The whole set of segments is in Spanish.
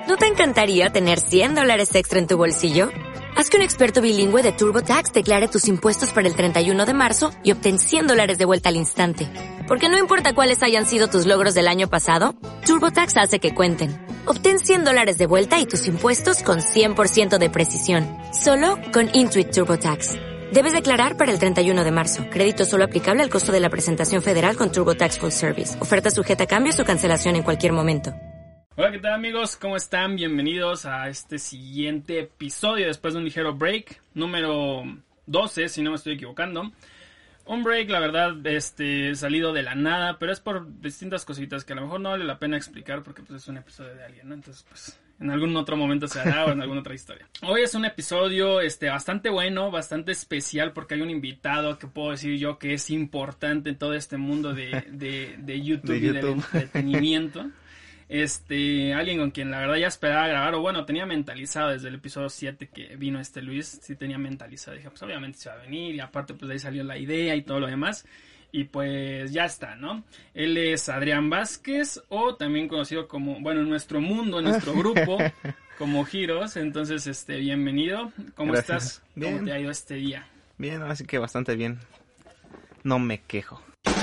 ¿No te encantaría tener $100 extra en tu bolsillo? Haz que un experto bilingüe de TurboTax declare tus impuestos para el 31 de marzo y obtén $100 de vuelta al instante. Porque no importa cuáles hayan sido tus logros del año pasado, TurboTax hace que cuenten. Obtén $100 de vuelta y tus impuestos con 100% de precisión. Solo con Intuit TurboTax. Debes declarar para el 31 de marzo. Crédito solo aplicable al costo de la presentación federal con TurboTax Full Service. Oferta sujeta a cambios o cancelación en cualquier momento. Hola, ¿qué tal amigos? ¿Cómo están? Bienvenidos a este siguiente episodio después de un ligero break, número 12, si no me estoy equivocando. Un break, la verdad, salido de la nada, pero es por distintas cositas que a lo mejor no vale la pena explicar porque pues, es un episodio de alguien, ¿no? Entonces, pues, en algún otro momento se hará o en alguna otra historia. Hoy es un episodio bastante bueno, bastante especial porque hay un invitado que puedo decir yo que es importante en todo este mundo de YouTube y del entretenimiento. Alguien con quien la verdad ya esperaba grabar, o bueno, tenía mentalizado desde el episodio 7 que vino Luis, sí tenía mentalizado, dije, pues obviamente se va a venir, y aparte pues de ahí salió la idea y todo lo demás, y pues ya está, ¿no? Él es Adrián Vázquez, o también conocido como, bueno, en nuestro mundo, en nuestro grupo, como Giros. Entonces, bienvenido, ¿cómo Gracias. estás? Bien. ¿Cómo te ha ido este día? Bien, así que bastante bien. No me quejo.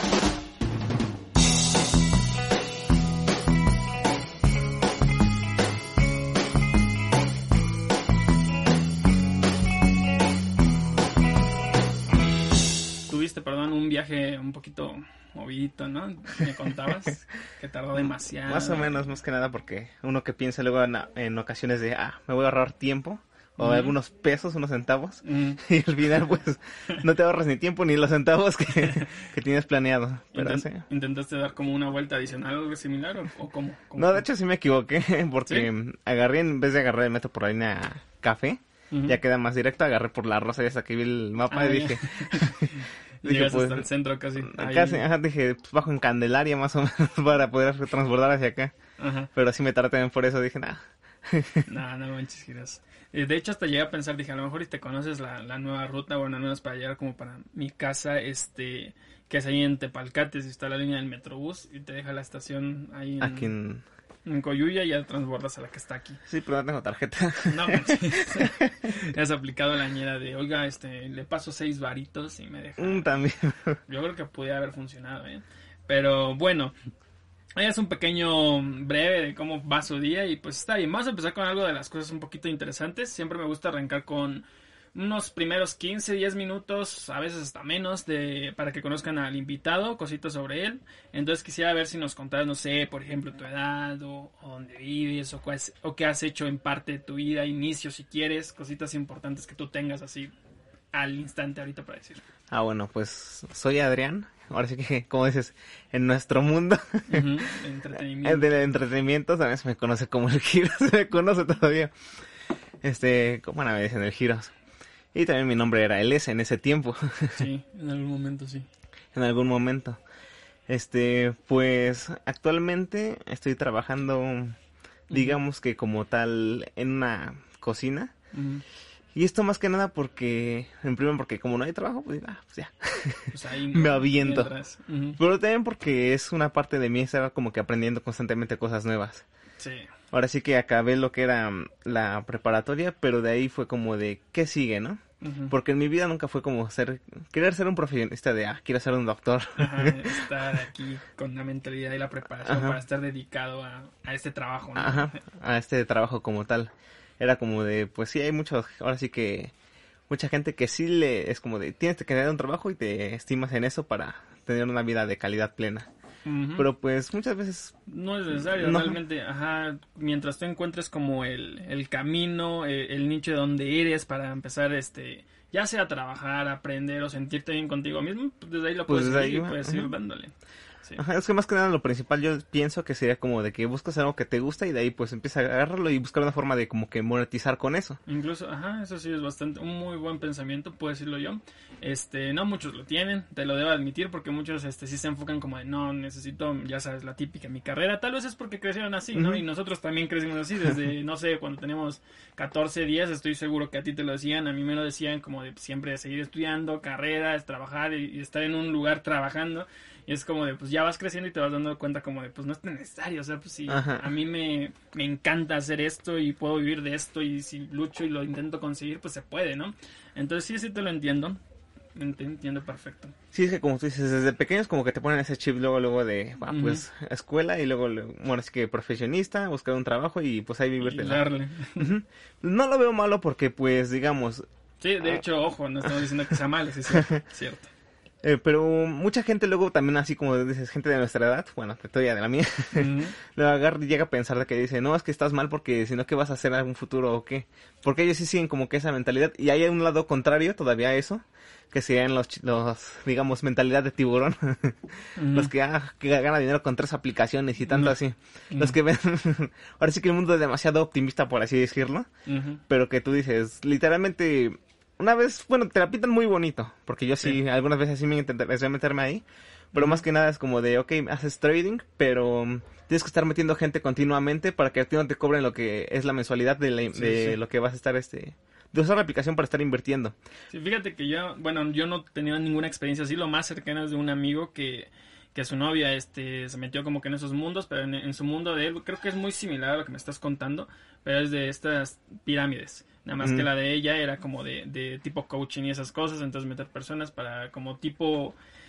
Un viaje un poquito movidito, ¿no? Me contabas que tardó demasiado. Más o menos, más que nada porque uno que piensa luego en ocasiones de, me voy a ahorrar tiempo, o algunos pesos, unos centavos, y al final pues no te ahorras ni tiempo ni los centavos que tienes planeado. Pero sí. ¿Intentaste dar como una vuelta adicional o algo similar o cómo? No, de hecho sí me equivoqué porque ¿sí? En vez de agarrar el metro por la línea Café, ya queda más directo, agarré por la Rosa y hasta que vi el mapa y dije... Llegas pues, hasta el centro casi. Casi, dije, pues bajo en Candelaria más o menos para poder transbordar hacia acá. Ajá. Pero así me tardé también por eso, dije, No manches, giras. De hecho, hasta llegué a pensar, dije, a lo mejor te conoces la nueva ruta, bueno, al menos para llegar como para mi casa, que es ahí en Tepalcates, y está la línea del Metrobús, y te deja la estación ahí aquí en Coyuya, y ya transbordas a la que está aquí. Sí, pero no tengo tarjeta. No, manches. Has aplicado la ñera de, oiga, le paso 6 varitos y me deja. También. Yo creo que pudiera haber funcionado, Pero bueno, es un pequeño breve de cómo va su día y pues está bien. Vamos a empezar con algo de las cosas un poquito interesantes. Siempre me gusta arrancar con unos primeros 15, 10 minutos, a veces hasta menos, para que conozcan al invitado, cositas sobre él. Entonces quisiera ver si nos contaras, no sé, por ejemplo, tu edad, o dónde vives, o qué has hecho en parte de tu vida, inicio si quieres, cositas importantes que tú tengas así al instante ahorita para decir. Bueno, pues soy Adrián. Ahora sí que, como dices, en nuestro mundo entretenimiento. del entretenimiento, también se me conoce como el Giros, se me conoce todavía. ¿Cómo me dicen el Giros? Y también mi nombre era LS en ese tiempo. Sí, en algún momento sí. En algún momento. Pues actualmente estoy trabajando, digamos que como tal, en una cocina. Y esto más que nada porque, en primer porque como no hay trabajo, pues ya, pues ahí me aviento. Pero también porque es una parte de mí estar como que aprendiendo constantemente cosas nuevas. Sí. Ahora sí que acabé lo que era la preparatoria, pero de ahí fue como de, ¿qué sigue, no? Porque en mi vida nunca fue como querer ser un profesionista de, quiero ser un doctor. Estar aquí con la mentalidad y la preparación para estar dedicado a este trabajo, ¿no? A este trabajo como tal. Era como de, pues sí, hay muchos, ahora sí que mucha gente que sí es como de, tienes que tener un trabajo y te estimas en eso para tener una vida de calidad plena. Pero pues muchas veces no es necesario, realmente, mientras tú encuentres como el camino, el nicho de donde eres para empezar, ya sea trabajar, aprender o sentirte bien contigo mismo, pues desde ahí lo puedes seguir, puedes ir dándole. Sí. Es que más que nada lo principal yo pienso que sería como de que buscas algo que te gusta y de ahí pues empieza a agarrarlo y buscar una forma de como que monetizar con eso. Incluso, eso sí es bastante, un muy buen pensamiento, puedo decirlo yo. No muchos lo tienen, te lo debo admitir, porque muchos sí se enfocan como de, no, necesito, ya sabes, la típica, mi carrera, tal vez es porque crecieron así, ¿no? Y nosotros también crecimos así, desde, no sé, cuando tenemos 14 días, estoy seguro que a ti te lo decían, a mí me lo decían como de siempre seguir estudiando, carreras, trabajar y estar en un lugar trabajando. Y es como de, pues ya vas creciendo y te vas dando cuenta como de, pues no es tan necesario, o sea, pues si a mí me encanta hacer esto y puedo vivir de esto y si lucho y lo intento conseguir, pues se puede, ¿no? Entonces sí te lo entiendo. Entiendo perfecto. Sí, es que como tú dices, desde pequeños como que te ponen ese chip luego de, pues, escuela y luego, bueno, es que profesionista, buscar un trabajo y pues ahí vivirte. Y darle. No lo veo malo porque, pues, digamos... Sí, de hecho, ojo, no estamos diciendo que sea malo, sí, es cierto. Pero mucha gente luego también, así como dices, gente de nuestra edad, bueno, todavía de la mía, luego agarra y llega a pensar de que dice, no, es que estás mal porque si no, ¿qué vas a hacer en algún futuro o qué? Porque ellos sí siguen como que esa mentalidad. Y hay un lado contrario todavía a eso, que serían los digamos, mentalidad de tiburón. Los que ganan dinero con 3 aplicaciones y tanto así. Los que ven, ahora sí que el mundo es demasiado optimista, por así decirlo. Pero que tú dices, literalmente... Una vez, bueno, te la pintan muy bonito, porque yo sí, algunas veces sí me intenté meterme ahí, pero más que nada es como de, ok, haces trading, pero tienes que estar metiendo gente continuamente para que a ti no te cobren lo que es la mensualidad de lo que vas a estar, de usar la aplicación para estar invirtiendo. Sí, fíjate que yo no tenía ninguna experiencia así, lo más cercano es de un amigo que su novia se metió como que en esos mundos, pero en su mundo de él creo que es muy similar a lo que me estás contando, pero es de estas pirámides. Nada más que la de ella era como de tipo coaching y esas cosas, entonces meter personas para como tipo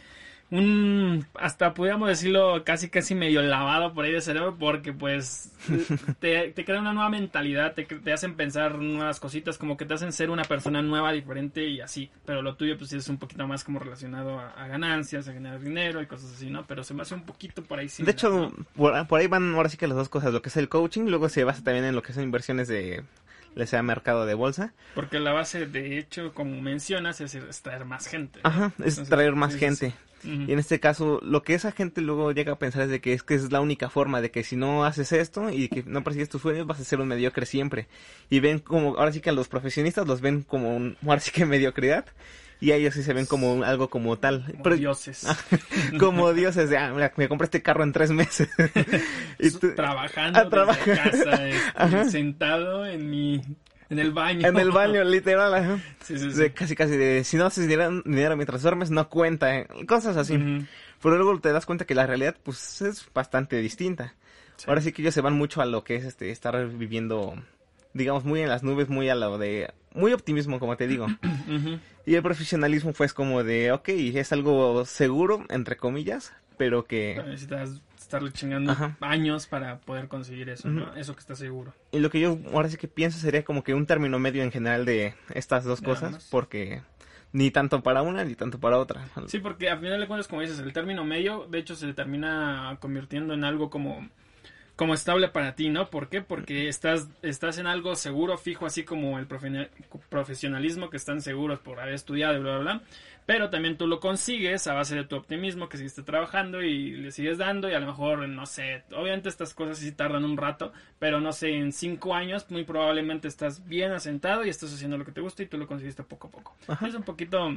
hasta podríamos decirlo casi medio lavado por ahí de cerebro, porque pues te crea una nueva mentalidad, te hacen pensar nuevas cositas, como que te hacen ser una persona nueva, diferente y así, pero lo tuyo pues es un poquito más como relacionado a ganancias, a generar dinero y cosas así, ¿no? Pero se me hace un poquito por ahí similar, de hecho, ¿no? por ahí van ahora sí que las dos cosas, lo que es el coaching, luego se basa también en lo que son inversiones le sea mercado de bolsa. Porque la base, de hecho, como mencionas, es traer más gente, ¿no? Ajá, es traer más gente. Y en este caso, lo que esa gente luego llega a pensar es de que es la única forma, de que si no haces esto y que no persigues tus sueños, vas a ser un mediocre siempre. Y ven como, ahora sí que a los profesionistas los ven como ahora sí que mediocridad. Y a ellos sí se ven como algo como tal. Como dioses. Como dioses de, mira, me compré este carro en 3 meses. Y tú, trabajando desde casa, sentado en el baño. En el baño, literal, ajá. Sí. Casi de, si no haces dinero mientras duermes, no cuenta, cosas así. Pero luego te das cuenta que la realidad, pues, es bastante distinta. Sí. Ahora sí que ellos se van mucho a lo que es estar viviendo, digamos, muy en las nubes, muy a lo de, muy optimismo, como te digo. Y el profesionalismo fue como de, ok, es algo seguro, entre comillas, pero que... necesitas estarle chingando años para poder conseguir eso, ¿no? Eso que está seguro. Y lo que yo ahora sí que pienso sería como que un término medio en general de estas dos cosas, porque ni tanto para una ni tanto para otra. Sí, porque a final de cuentas, como dices, el término medio, de hecho, se termina convirtiendo en algo como estable para ti, ¿no? ¿Por qué? Porque estás en algo seguro, fijo, así como el profesionalismo, que están seguros por haber estudiado y bla, bla, bla. Pero también tú lo consigues a base de tu optimismo, que seguiste trabajando y le sigues dando, y a lo mejor, no sé, obviamente estas cosas sí tardan un rato, pero no sé, en 5 años muy probablemente estás bien asentado y estás haciendo lo que te gusta y tú lo conseguiste poco a poco. Es un poquito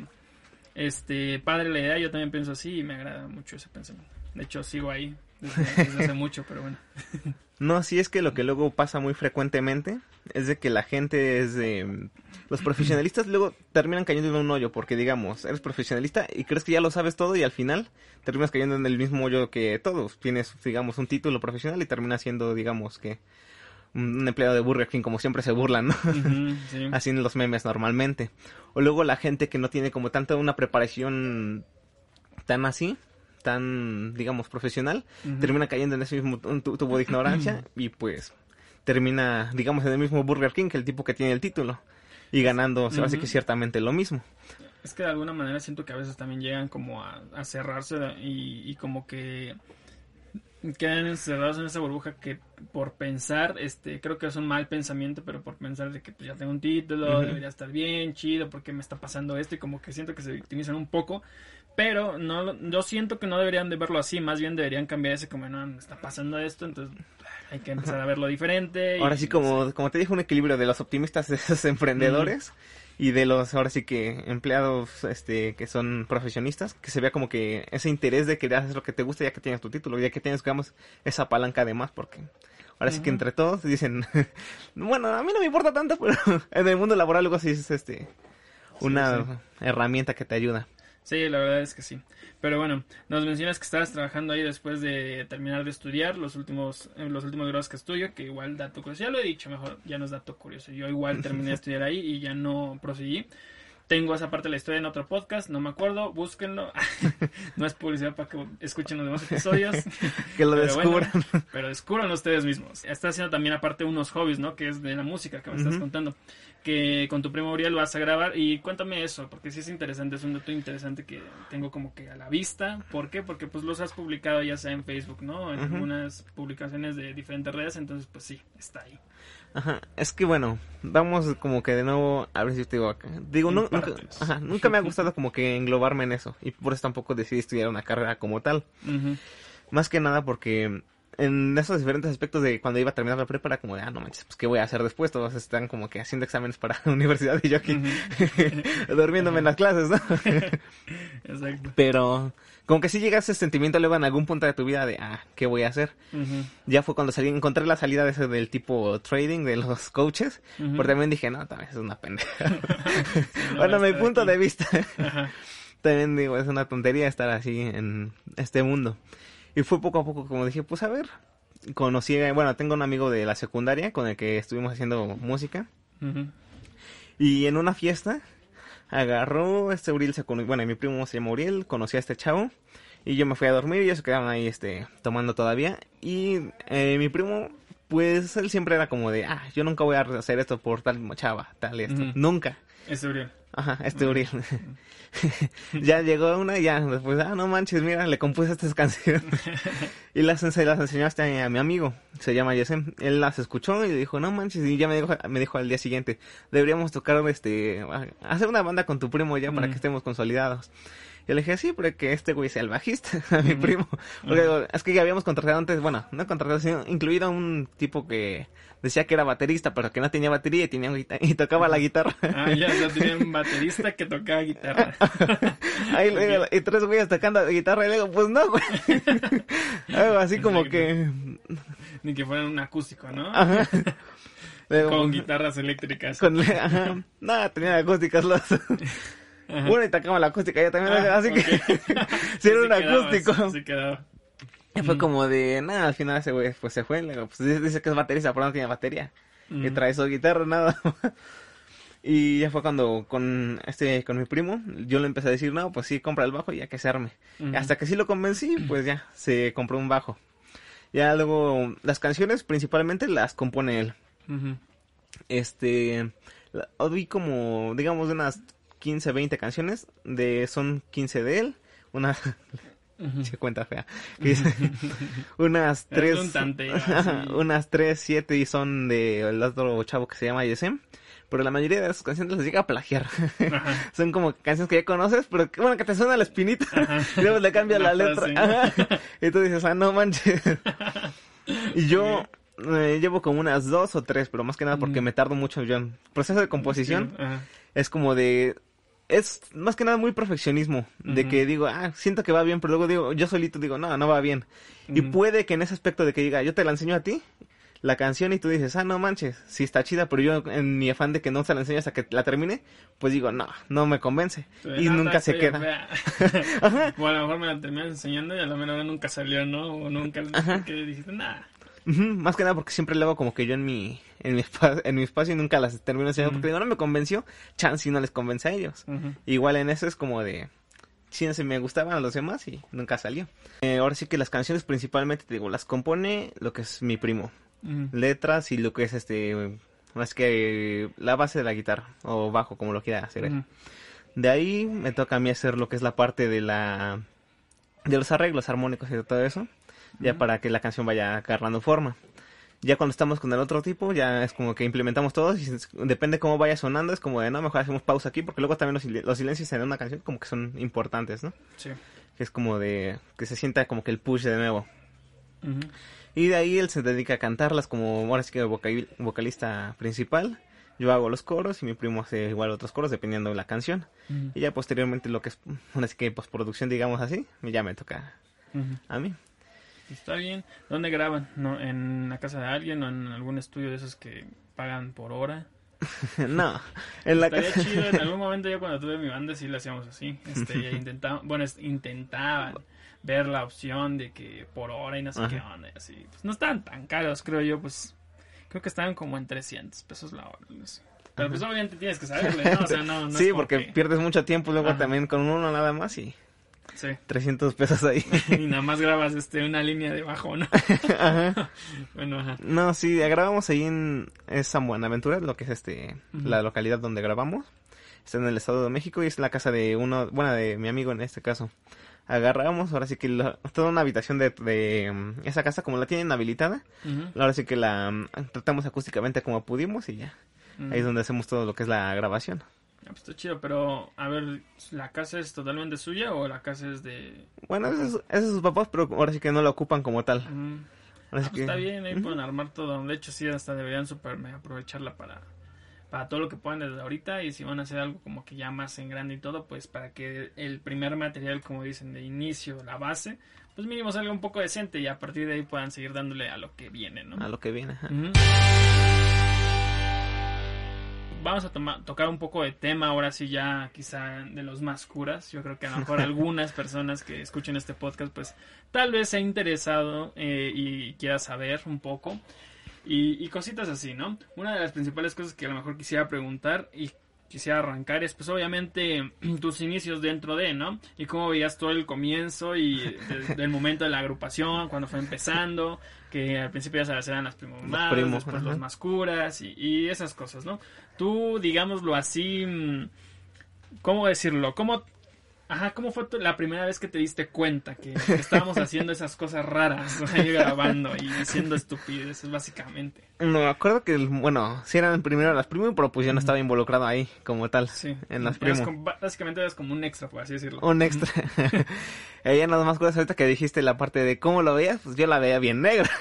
padre la idea, yo también pienso así y me agrada mucho ese pensamiento. De hecho, sigo ahí desde hace mucho, pero bueno. No, sí, es que lo que luego pasa muy frecuentemente es de que la gente es de... Los profesionalistas luego terminan cayendo en un hoyo porque, digamos, eres profesionalista y crees que ya lo sabes todo y al final terminas cayendo en el mismo hoyo que todos. Tienes, digamos, un título profesional y terminas siendo, digamos, que un empleado de Burger King, como siempre se burlan, ¿no? Sí. Así en los memes normalmente. O luego la gente que no tiene como tanta una preparación tan, digamos, profesional, termina cayendo en ese mismo tubo de ignorancia y pues termina, digamos, en el mismo Burger King que el tipo que tiene el título y ganando, se hace que ciertamente lo mismo. Es que de alguna manera siento que a veces también llegan como a cerrarse y como que quedan encerrados en esa burbuja que por pensar, creo que es un mal pensamiento, pero por pensar de que pues, ya tengo un título, debería estar bien, chido, ¿por qué me está pasando esto? Y como que siento que se victimizan un poco, pero no, yo siento que no deberían de verlo así, más bien deberían cambiar ese como, no, me está pasando esto, entonces hay que empezar a verlo diferente. Ahora sí, como te dije, un equilibrio de los optimistas, de esos emprendedores, y de los, ahora sí que, empleados que son profesionistas, que se vea como que ese interés de querer hacer lo que te gusta ya que tienes tu título, ya que tienes, digamos, esa palanca de más, porque ahora sí que entre todos dicen, bueno, a mí no me importa tanto, pero en el mundo laboral luego sí es una herramienta que te ayuda. Sí, la verdad es que sí. Pero bueno, nos mencionas que estabas trabajando ahí después de terminar de estudiar los últimos grados que estudio, que igual dato curioso, ya lo he dicho, mejor ya no es dato curioso. Yo igual terminé de estudiar ahí y ya no proseguí. Tengo esa parte de la historia en otro podcast, no me acuerdo, búsquenlo. No es publicidad para que escuchen los demás episodios. Que lo descubran. Bueno, pero descubran ustedes mismos. Estás haciendo también aparte unos hobbies, ¿no? Que es de la música que me estás contando. Que con tu primo Uriel vas a grabar. Y cuéntame eso, porque sí es interesante, es un dato interesante que tengo como que a la vista. ¿Por qué? Porque pues los has publicado ya sea en Facebook, ¿no? En algunas publicaciones de diferentes redes, entonces pues sí, está ahí. Ajá, es que bueno, vamos como que de nuevo, a ver si te digo acá. Digo, nunca me ha gustado como que englobarme en eso. Y por eso tampoco decidí estudiar una carrera como tal. Más que nada porque en esos diferentes aspectos de cuando iba a terminar la prepa era como de, no manches, pues qué voy a hacer después. Todos están como que haciendo exámenes para la universidad y yo aquí durmiéndome en las clases, ¿no? Exacto. Pero como que sí llega ese sentimiento luego en algún punto de tu vida de, ¿qué voy a hacer? Ya fue cuando encontré la salida de ese del tipo trading de los coaches, porque también dije, no, también es una pendeja. Bueno, mi punto de vista. También digo, es una tontería estar así en este mundo. Y fue poco a poco como dije, pues a ver, tengo un amigo de la secundaria con el que estuvimos haciendo música. Y en una fiesta agarró Uriel, mi primo se llama Uriel, conocí a este chavo y yo me fui a dormir y ellos se quedaban ahí tomando todavía. Y mi primo, pues él siempre era como de, yo nunca voy a hacer esto por tal chava, tal y esto, nunca. Uriel. Ajá, Uriel. Ya llegó una y ya después, no manches, mira, le compuse estas canciones. Y las enseñaste a mi amigo, se llama Yesem. Él las escuchó y le dijo, no manches, y ya me dijo al día siguiente, deberíamos tocar hacer una banda con tu primo ya para que estemos consolidados. Yo le dije, sí, porque este güey sea el bajista, a mi primo. Porque es que ya habíamos contratado antes, bueno, no contratado, sino incluido a un tipo que decía que era baterista, pero que no tenía batería y tocaba la guitarra. Ya tenía un baterista que tocaba guitarra. Ahí luego, y 3 güeyes tocando guitarra, y luego, pues no, güey. Algo así como que... Ni que fueran un acústico, ¿no? Ajá. Luego, con guitarras eléctricas. No, tenían acústicas los... Bueno, y tocaba la acústica ya también, así que sí era un acústico. Sí quedaba. Y fue como de, al final ese güey pues se fue, luego, pues dice que es baterista, pero no tiene batería. Y trae su guitarra, nada. Y ya fue cuando con mi primo, yo le empecé a decir, no, pues sí, compra el bajo y ya que se arme. Hasta que sí lo convencí, pues ya, se compró un bajo. Ya luego, las canciones principalmente las compone él. Oí como, digamos, de unas 15, 20 canciones, son 15 de él, se cuenta fea, unas 3, unas 3, 7 y son de el otro chavo que se llama Yesem, pero la mayoría de sus canciones las llega a plagiar. Son como canciones que ya conoces, pero que, que te suena la espinita, y luego le cambia la letra, y tú dices, no manches. Y yo llevo como unas 2 o 3, pero más que nada porque me tardo mucho yo en proceso de composición. Es como es más que nada muy perfeccionismo, de que digo, siento que va bien, pero luego digo, yo solito digo, no va bien. Y puede que en ese aspecto de que diga, yo te la enseño a ti, la canción, y tú dices, no manches, sí está chida, pero yo en mi afán de que no se la enseño hasta que la termine, pues digo, no me convence. Y nunca se queda. O a lo mejor me la terminas enseñando y a lo mejor nunca salió, ¿no? O nunca que dijiste, nada. Más que nada porque siempre lo hago como que yo en mi espacio y nunca las termino enseñando porque digo, no me convenció, chance y no les convence a ellos. Igual en eso es como de, sí, me gustaban a los demás y nunca salió. Ahora sí que las canciones principalmente, te digo, las compone lo que es mi primo. Letras y lo que es más que la base de la guitarra o bajo, como lo quiera hacer él. De ahí me toca a mí hacer lo que es la parte de los arreglos armónicos y de todo eso. Ya para que la canción vaya agarrando forma. Ya cuando estamos con el otro tipo, ya es como que implementamos todos y depende cómo vaya sonando, es como de, mejor hacemos pausa aquí, porque luego también los silencios en una canción como que son importantes, ¿no? Sí. Que es como de, que se sienta como que el push de nuevo. Y de ahí él se dedica a cantarlas como, ahora sí que vocalista principal. Yo hago los coros y mi primo hace igual otros coros dependiendo de la canción. Y ya posteriormente lo que es, ahora sí que postproducción, digamos así, ya me toca a mí. Está bien. ¿Dónde graban? ¿No? ¿En la casa de alguien o en algún estudio de esos que pagan por hora? No, en la Estaría casa... chido, en algún momento yo cuando tuve mi banda sí lo hacíamos así. Intentaban ver la opción de que por hora y no sé qué onda y así. Pues no estaban tan caros, creo yo, pues creo que estaban como en $300 la hora. No sé. Pero pues obviamente tienes que saberle, ¿no? O sea, no sí, es porque que... pierdes mucho tiempo luego también con uno nada más y... Sí. $300 ahí. Y nada más grabas una línea de bajo, ¿no? Ajá. Bueno, ajá. No, sí, grabamos ahí en San Buenaventura, lo que es la localidad donde grabamos. Está en el Estado de México y es la casa de de mi amigo en este caso. Agarramos, ahora sí que toda una habitación de esa casa, como la tienen habilitada, ahora sí que la tratamos acústicamente como pudimos y ya. Ahí es donde hacemos todo lo que es la grabación. Pues está chido, pero a ver, ¿la casa es totalmente suya o la casa es de...? Bueno, es de sus papás, pero ahora sí que no la ocupan como tal. Ahora sí que... Está bien, ahí pueden armar todo. De hecho, sí, hasta deberían aprovecharla para todo lo que puedan desde ahorita. Y si van a hacer algo como que ya más en grande y todo, pues para que el primer material, como dicen, de inicio, la base, pues mínimo salga un poco decente y a partir de ahí puedan seguir dándole a lo que viene, ¿no? A lo que viene, ajá. Vamos a tocar un poco de tema, ahora sí ya quizá de los más curas. Yo creo que a lo mejor algunas personas que escuchen este podcast pues tal vez se ha interesado y quiera saber un poco y cositas así, ¿no? Una de las principales cosas que a lo mejor quisiera preguntar y quisiera arrancar es pues obviamente tus inicios dentro de, ¿no? Y cómo veías todo el comienzo y del momento de la agrupación, cuando fue empezando, que al principio ya sabes eran las primomadas, después los más curas y esas cosas, ¿no? Tú, digámoslo así, ¿cómo decirlo? ¿Cómo fue la primera vez que te diste cuenta que estábamos haciendo esas cosas raras, ahí grabando y haciendo estupideces, básicamente? No, me acuerdo que, sí eran primero las primo, pero pues yo no estaba involucrado ahí, como tal, sí, en las primo. Básicamente eras como un extra, por así decirlo. Un extra. Ella nada más cosas ahorita que dijiste la parte de cómo lo veías, pues yo la veía bien negra.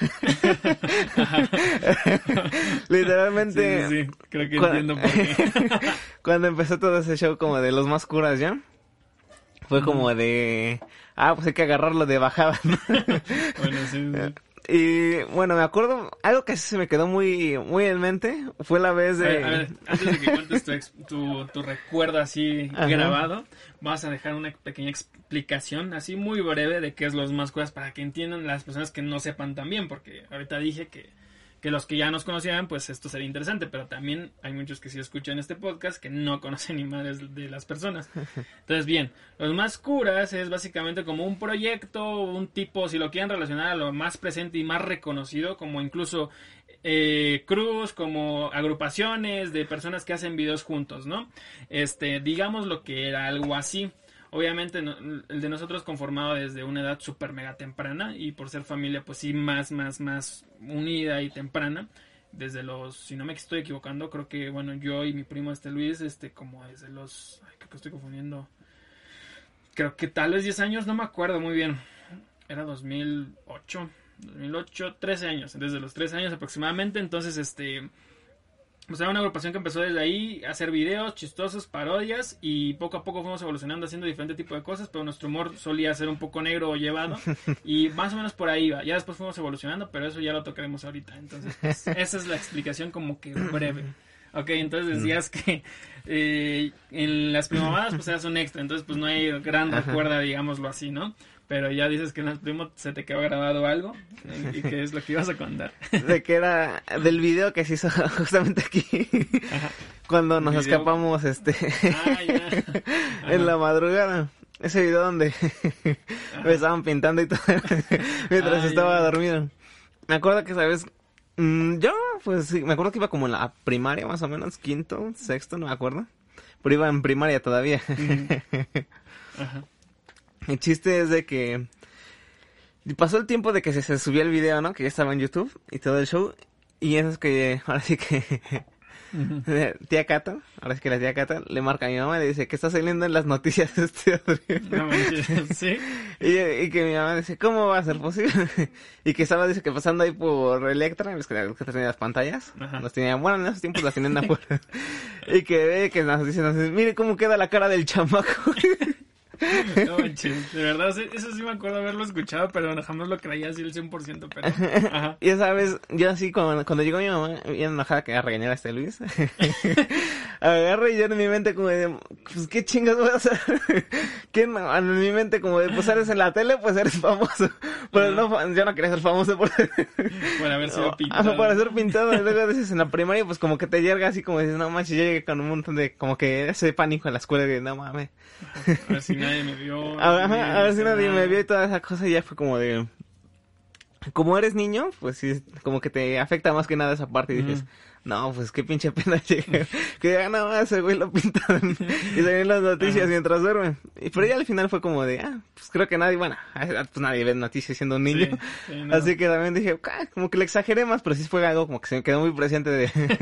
Literalmente. Sí, creo que entiendo por qué. Cuando empezó todo ese show como de los más curas ya, fue como de, pues hay que agarrarlo de bajada, ¿no? Bueno, sí. Y bueno, me acuerdo, algo que se me quedó muy muy en mente, fue la vez de... A ver, antes de que cuentes tu recuerdo así grabado, vamos a dejar una pequeña explicación así muy breve de qué es los más curas para que entiendan las personas que no sepan también, porque ahorita dije que los que ya nos conocían, pues esto sería interesante, pero también hay muchos que sí escuchan este podcast que no conocen ni madres de las personas. Entonces, bien, los más curas es básicamente como un proyecto, un tipo, si lo quieren relacionar a lo más presente y más reconocido, como incluso crews, como agrupaciones de personas que hacen videos juntos, ¿no? Digamos lo que era algo así. Obviamente el de nosotros conformado desde una edad súper mega temprana y por ser familia pues sí más unida y temprana, desde si no me estoy equivocando, creo que bueno yo y mi primo Luis, como desde los, creo que estoy confundiendo, creo que tal vez 10 años, no me acuerdo muy bien, era 2008, 13 años, desde los 13 años aproximadamente, entonces pues era una agrupación que empezó desde ahí a hacer videos chistosos, parodias y poco a poco fuimos evolucionando haciendo diferente tipo de cosas, pero nuestro humor solía ser un poco negro o llevado y más o menos por ahí va. Ya después fuimos evolucionando, pero eso ya lo tocaremos ahorita. Entonces, pues, esa es la explicación como que breve. Ok, entonces decías que en las primavadas pues eras un extra, entonces pues no hay gran recuerda, digámoslo así, ¿no? Pero ya dices que en las primos se te quedó grabado algo y que es lo que ibas a contar. De que era del video que se hizo justamente aquí. Cuando nos escapamos en la madrugada. Ese video donde me estaban pintando y todo mientras estaba dormido. Me acuerdo que, ¿sabes? Yo, pues sí, me acuerdo que iba como en la primaria, más o menos, quinto, sexto, no me acuerdo. Pero iba en primaria todavía. Ajá. El chiste es de que pasó el tiempo de que se subía el video, ¿no? Que ya estaba en YouTube y todo el show. Y eso es que, ahora sí que tía Cata, ahora sí que la tía Cata le marca a mi mamá y le dice que está saliendo en las noticias No manches, ¿sí? Y que mi mamá dice, ¿cómo va a ser posible? Y que estaba, dice que pasando ahí por Electra, ves que tenía las pantallas, las tenía, bueno, en esos tiempos las tenían afuera. Y que ve que nos dicen, mire cómo queda la cara del chamaco. No manches, de verdad, eso sí me acuerdo haberlo escuchado, pero jamás lo creía así el 100%, pero... Ajá. Ya sabes, yo así cuando llegó mi mamá, bien enojada que iba a regañar a este Luis, agarré y yo en mi mente como de, pues qué chingas voy a hacer. En mi mente como de, pues eres en la tele, pues eres famoso. Pero no, yo no quería ser famoso por haber sido pintado. Por ser pintado. Y luego dices en la primaria, pues como que te llega así como dices, no manches, yo llegué con un montón de, como que ese pánico en la escuela de, no mames. A ver si nadie me vio. A ver si nadie me vio y toda esa cosa, y ya fue como de... Como eres niño, pues sí, como que te afecta más que nada esa parte y dices, no, pues qué pinche pena llegar, que ya nada más ese güey lo pintaron y salían las noticias mientras duermen. Pero ya al final fue como de, pues creo que nadie, bueno, pues nadie ve noticias siendo un niño. Sí, no. Así que también dije, como que le exageré más, pero sí fue algo como que se me quedó muy presente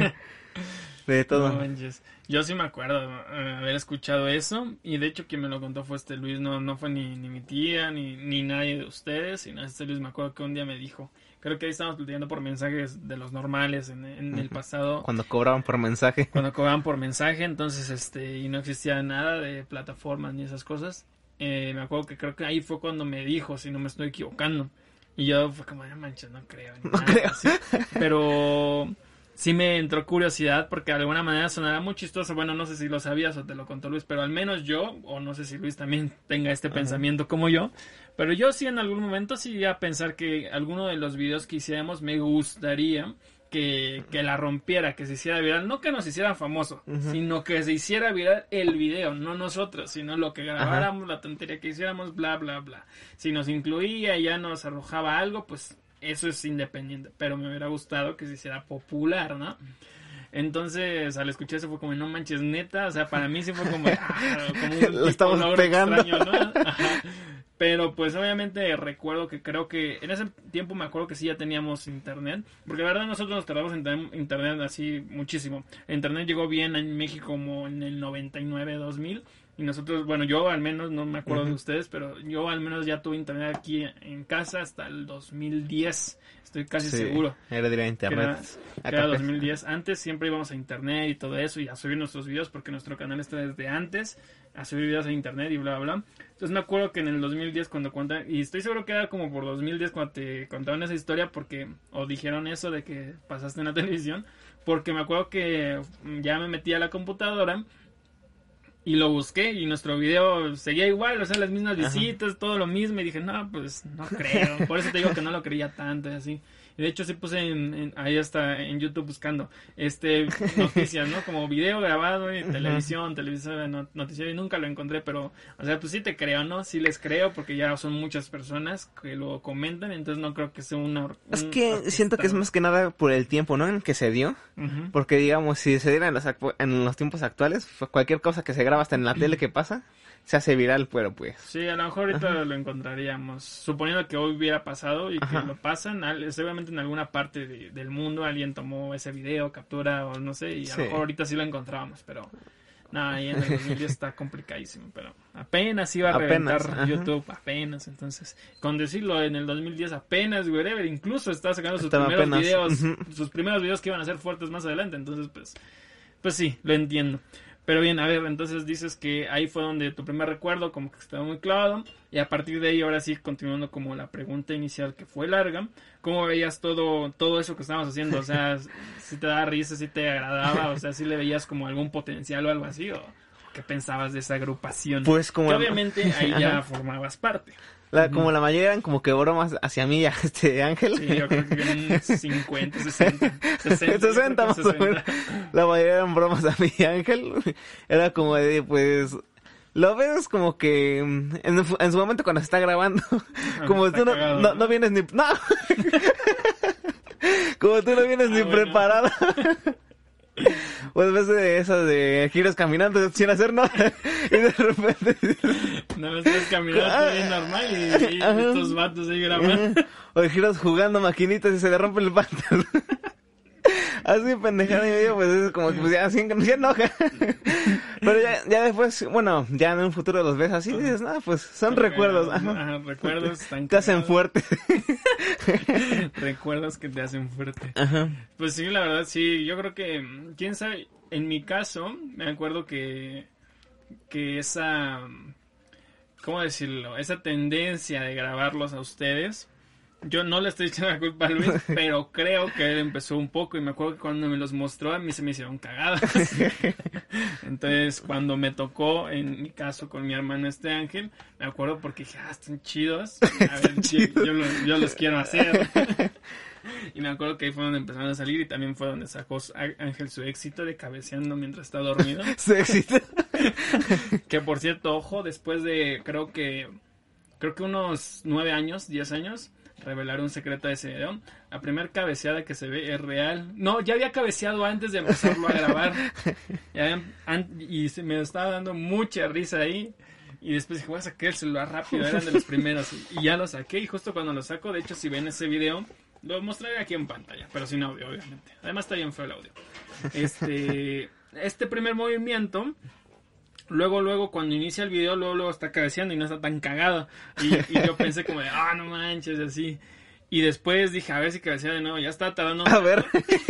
de todo. No, yo sí me acuerdo haber escuchado eso, y de hecho quien me lo contó fue este Luis, no fue ni mi tía, ni nadie de ustedes, sino este Luis. Me acuerdo que un día me dijo, creo que ahí estábamos platicando por mensajes de los normales en el pasado. Cuando cobraban por mensaje. Entonces, y no existía nada de plataformas ni esas cosas. Me acuerdo que creo que ahí fue cuando me dijo, si no me estoy equivocando. Y yo fue como, manches, no creo. No creo. Así. Pero... sí me entró curiosidad porque de alguna manera sonará muy chistoso. Bueno, no sé si lo sabías o te lo contó Luis, pero al menos yo, o no sé si Luis también tenga este pensamiento como yo, pero yo sí en algún momento sí iba a pensar que alguno de los videos que hiciéramos me gustaría que la rompiera, que se hiciera viral, no que nos hiciera famoso, sino que se hiciera viral el video, no nosotros, sino lo que grabáramos, la tontería que hiciéramos, bla, bla, bla. Si nos incluía y ya nos arrojaba algo, pues... eso es independiente, pero me hubiera gustado que se hiciera popular, ¿no? Entonces, al escuchar eso fue como, no manches, neta, o sea, para mí sí fue como un lo estamos pegando. Extraño, ¿no? Ajá. Pero pues obviamente recuerdo que creo que en ese tiempo me acuerdo que sí ya teníamos internet, porque la verdad nosotros nos tardamos en tener internet así muchísimo. El internet llegó bien en México como en el 99, 2000. Y nosotros, bueno, yo al menos, no me acuerdo de ustedes, pero yo al menos ya tuve internet aquí en casa hasta el 2010. Estoy casi seguro. Era de internet. Que era 2010. Antes siempre íbamos a internet y todo eso, y a subir nuestros videos, porque nuestro canal está desde antes, a subir videos a internet y bla, bla, bla. Entonces me acuerdo que en el 2010 cuando contaban, y estoy seguro que era como por 2010 cuando te contaban esa historia, porque, o dijeron eso de que pasaste en la televisión, porque me acuerdo que ya me metí a la computadora y lo busqué y nuestro video seguía igual, o sea, las mismas visitas, todo lo mismo, y dije, no, pues no creo, por eso te digo que no lo creía tanto y así. Y de hecho sí puse ahí hasta en YouTube buscando noticias, ¿no? Como video grabado en televisión, noticiero, y nunca lo encontré, pero, o sea, pues sí te creo, ¿no? Sí les creo, porque ya son muchas personas que lo comentan, entonces no creo que sea Es que siento que es más que nada por el tiempo, ¿no? En que se dio, porque digamos, si se diera en los tiempos actuales, cualquier cosa que se graba hasta en la tele que pasa, se hace viral, pero pues... sí, a lo mejor ahorita lo encontraríamos, suponiendo que hoy hubiera pasado y que lo pasan, seguramente en alguna parte del mundo alguien tomó ese video, captura o no sé, y a lo mejor ahorita sí lo encontrábamos, pero... no, ahí en el 2010 está complicadísimo, pero apenas iba a reventar YouTube, apenas, entonces, con decirlo, en el 2010 apenas Wherever incluso estaba sacando sus primeros videos que iban a ser fuertes más adelante, entonces pues sí, lo entiendo. Pero bien, a ver, entonces dices que ahí fue donde tu primer recuerdo como que estaba muy clavado, y a partir de ahí, ahora sí, continuando como la pregunta inicial que fue larga, ¿cómo veías todo eso que estábamos haciendo? O sea, ¿si te daba risa, si te agradaba? O sea, ¿si le veías como algún potencial o algo así? ¿O qué pensabas de esa agrupación? Pues como... que obviamente ahí ya formabas parte. Como la mayoría eran como que bromas hacia mí y a Ángel. Sí, yo creo que eran 50, 60 más o menos. La mayoría eran bromas a mí y Ángel. Era como de, pues... lo ves como que en su momento cuando se está grabando. Como tú no vienes ni... ¡no! Como tú no vienes ni preparada. Pues ves de esas de giros caminando sin hacer nada y de repente no me estás caminando bien normal y estos vatos ahí grabando. O de giros jugando maquinitas y se le rompe el pantalón. Así pendejada y medio, pues es como que pues ya enoja. Pero ya después, bueno, ya en un futuro los ves así y dices, no, pues son recuerdos. Recuerdos tan te hacen fuerte. Recuerdos que te hacen fuerte. Ajá. Pues sí, la verdad, sí, yo creo que, quién sabe, en mi caso, me acuerdo que esa... ¿cómo decirlo? Esa tendencia de grabarlos a ustedes. Yo no le estoy echando la culpa a Luis, pero creo que él empezó un poco y me acuerdo que cuando me los mostró a mí se me hicieron cagadas. Entonces cuando me tocó, en mi caso con mi hermano Ángel, me acuerdo porque dije, están chidos, a ver, yo los quiero hacer. Y me acuerdo que ahí fue donde empezaron a salir y también fue donde sacó Ángel su éxito de cabeceando mientras está dormido. Su éxito. Que por cierto, ojo, después de creo que unos 9 años, 10 años, revelar un secreto de ese video. La primera cabeceada que se ve es real. No, ya había cabeceado antes de empezarlo a grabar. Y me estaba dando mucha risa ahí. Y después dije, voy a sacar el celular rápido. Eran de los primeros. Y ya lo saqué. Y justo cuando lo saco, de hecho, si ven ese video, lo mostraré aquí en pantalla. Pero sin audio, obviamente. Además está bien feo el audio. Este primer movimiento... Luego, cuando inicia el video, luego está cabeceando y no está tan cagado. Y yo pensé como de, no manches, así. Y después dije, a ver si cabecea de nuevo. Ya estaba tardando un A ver.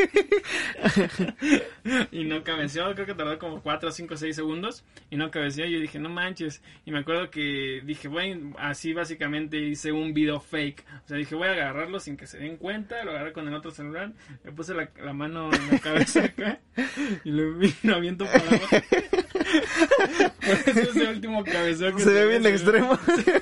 Y no cabeceó, creo que tardó como 4, 5, 6 segundos. Y no cabeceó, y yo dije, no manches. Y me acuerdo que dije, bueno, así básicamente hice un video fake. O sea, dije, voy a agarrarlo sin que se den cuenta. Lo agarré con el otro celular. Le puse la mano en la cabeza acá. Y lo aviento para abajo. Por eso ese último cabeceo que se ve bien extremo.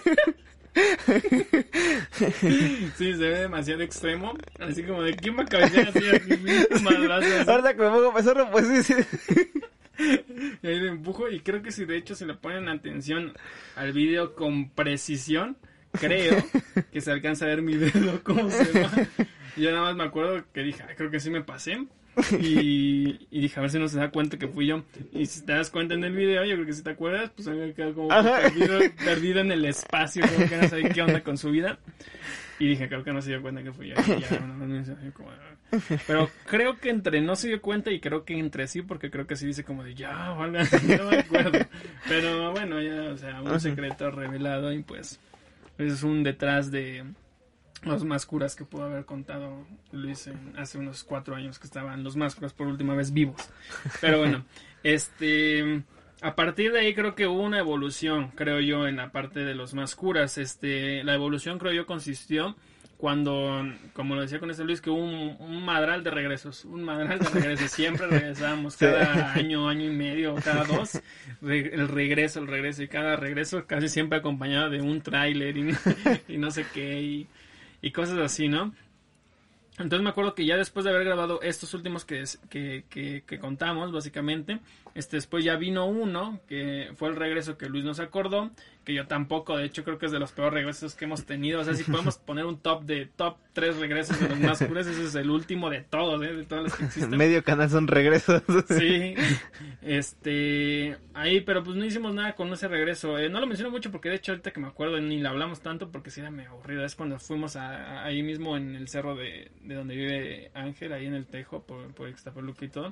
Sí, se ve demasiado extremo. Así como de quién va a cabecear así madrazo. Ahorita que me pongo a pensarlo, pues sí. Y ahí le empujo. Y creo que si de hecho se le ponen atención al video con precisión, creo que se alcanza a ver mi dedo cómo se va. Y yo nada más me acuerdo que dije, creo que sí me pasé. Y dije, a ver si no se da cuenta que fui yo. Y si te das cuenta en el video, yo creo que si te acuerdas, pues había quedado como perdido en el espacio, como que no sabía qué onda con su vida. Y dije, creo que no se dio cuenta que fui yo. Y ya, como... Pero creo que entre no se dio cuenta y creo que entre sí, porque creo que sí dice como de ya, vale, no me acuerdo. Pero bueno, ya, o sea, un secreto revelado y pues es un detrás de los más curas que pudo haber contado Luis hace unos 4 años que estaban los más curas por última vez vivos. Pero bueno, a partir de ahí creo que hubo una evolución, creo yo, en la parte de los más curas. La evolución creo yo consistió cuando, como lo decía con Luis, que hubo un madral de regresos. Siempre regresábamos cada año y medio, cada 2, el regreso, y cada regreso casi siempre acompañado de un tráiler y no sé qué, y cosas así, ¿no? Entonces me acuerdo que ya después de haber grabado estos últimos que contamos, básicamente, después ya vino uno, que fue el regreso que Luis nos acordó, que yo tampoco, de hecho creo que es de los peores regresos que hemos tenido. O sea, si podemos poner un top 3 regresos de los más curas, ese es el último de todos, de todos los que existen. Medio canal son regresos. Sí, ahí, pero pues no hicimos nada con ese regreso. No lo menciono mucho porque de hecho ahorita que me acuerdo ni lo hablamos tanto porque sí era medio aburrido. Es cuando fuimos ahí mismo en el cerro de donde vive Ángel, ahí en el Tejo, por Ixtapaluca y todo.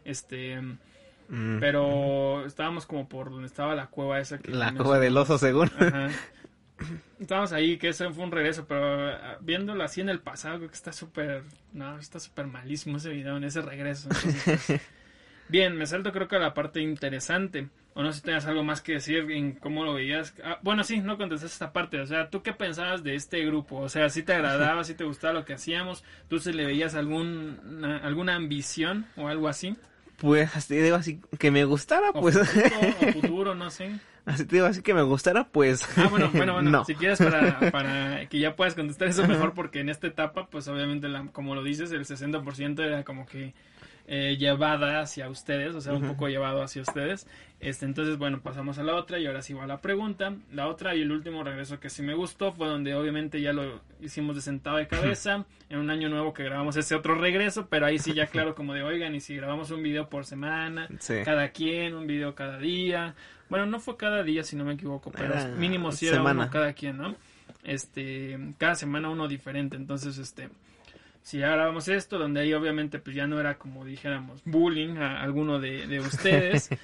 Pero estábamos como por donde estaba la cueva esa. La cueva del oso, según. Ajá. Estábamos ahí, que ese fue un regreso, pero viéndolo así en el pasado, creo que está súper malísimo ese video, en ese regreso. Entonces, bien, me salto creo que a la parte interesante. O no sé si tenías algo más que decir en cómo lo veías. Bueno, sí, no contestaste esta parte. O sea, ¿tú qué pensabas de este grupo? O sea, ¿sí te agradaba, sí te gustaba lo que hacíamos? ¿Tú se le veías alguna ambición o algo así? Pues así digo, así que me gustara, pues. O futuro, no sé. Así te digo, así que me gustara, pues. Bueno. No. Si quieres para que ya puedas contestar eso mejor, porque en esta etapa, pues obviamente, como lo dices, el 60% era como que llevada hacia ustedes, o sea, un poco llevado hacia ustedes. Entonces, bueno, pasamos a la otra y ahora sí va la pregunta. La otra y el último regreso que sí me gustó fue donde obviamente ya lo hicimos de sentado de cabeza, en un año nuevo que grabamos ese otro regreso, pero ahí sí ya claro como de, oigan, y si grabamos un video por semana, sí, cada quien, un video cada día. Bueno, no fue cada día si no me equivoco, pero mínimo sí era uno cada quien, ¿no? Cada semana uno diferente, entonces si ya grabamos esto, donde ahí obviamente pues ya no era como dijéramos bullying a alguno de ustedes.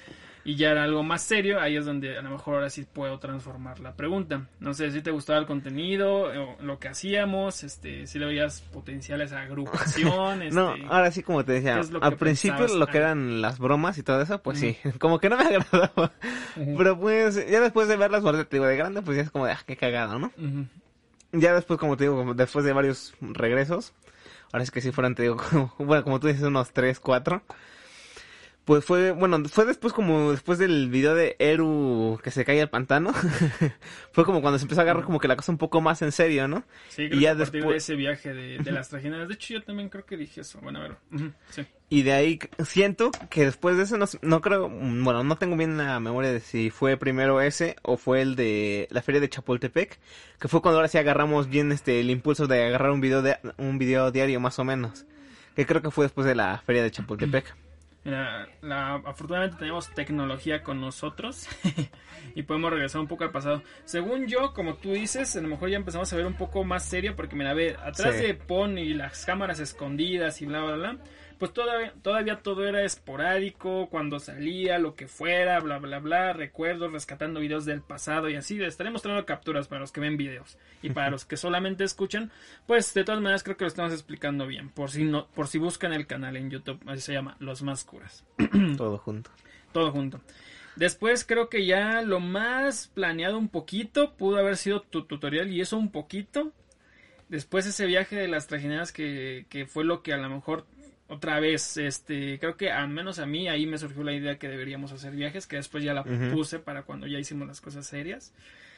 y ya era algo más serio, ahí es donde a lo mejor ahora sí puedo transformar la pregunta. No sé si te gustaba el contenido, o lo que hacíamos, si le veías potencial a esa agrupación. No, ahora sí, como te decía, al principio lo que eran las bromas y todo eso, pues sí, como que no me agradaba. Pero pues ya después de verlas, te digo, de grande, pues ya es como de, qué cagado, ¿no? Ya después, como te digo, después de varios regresos, ahora sí que sí fueron, te digo, como tú dices, unos 3, 4... Pues fue después como después del video de Eru que se cae al pantano. Fue como cuando se empezó a agarrar como que la cosa un poco más en serio, ¿no? Sí, creo que a partir de ese viaje de las trajineras. De hecho, yo también creo que dije eso. Bueno, a ver. Sí. Y de ahí siento que después de eso no creo, bueno, no tengo bien la memoria de si fue primero ese o fue el de la feria de Chapultepec, que fue cuando ahora sí agarramos bien el impulso de agarrar un video diario más o menos. Que creo que fue después de la feria de Chapultepec. Mira, afortunadamente tenemos tecnología con nosotros y podemos regresar un poco al pasado. Según yo, como tú dices, a lo mejor ya empezamos a ver un poco más serio porque mira, ve, atrás de Pon y las cámaras escondidas y bla, bla, bla, pues todavía todo era esporádico, cuando salía, lo que fuera, bla, bla, bla, recuerdos, rescatando videos del pasado y así. Estaré mostrando capturas para los que ven videos y para los que solamente escuchan, pues de todas maneras creo que lo estamos explicando bien, por si buscan el canal en YouTube, así se llama, Los Más Curas. Todo junto. Todo junto. Después creo que ya lo más planeado un poquito pudo haber sido tu tutorial y eso un poquito. Después ese viaje de las trajineras que fue lo que a lo mejor otra vez, creo que al menos a mí ahí me surgió la idea que deberíamos hacer viajes, que después ya la puse para cuando ya hicimos las cosas serias.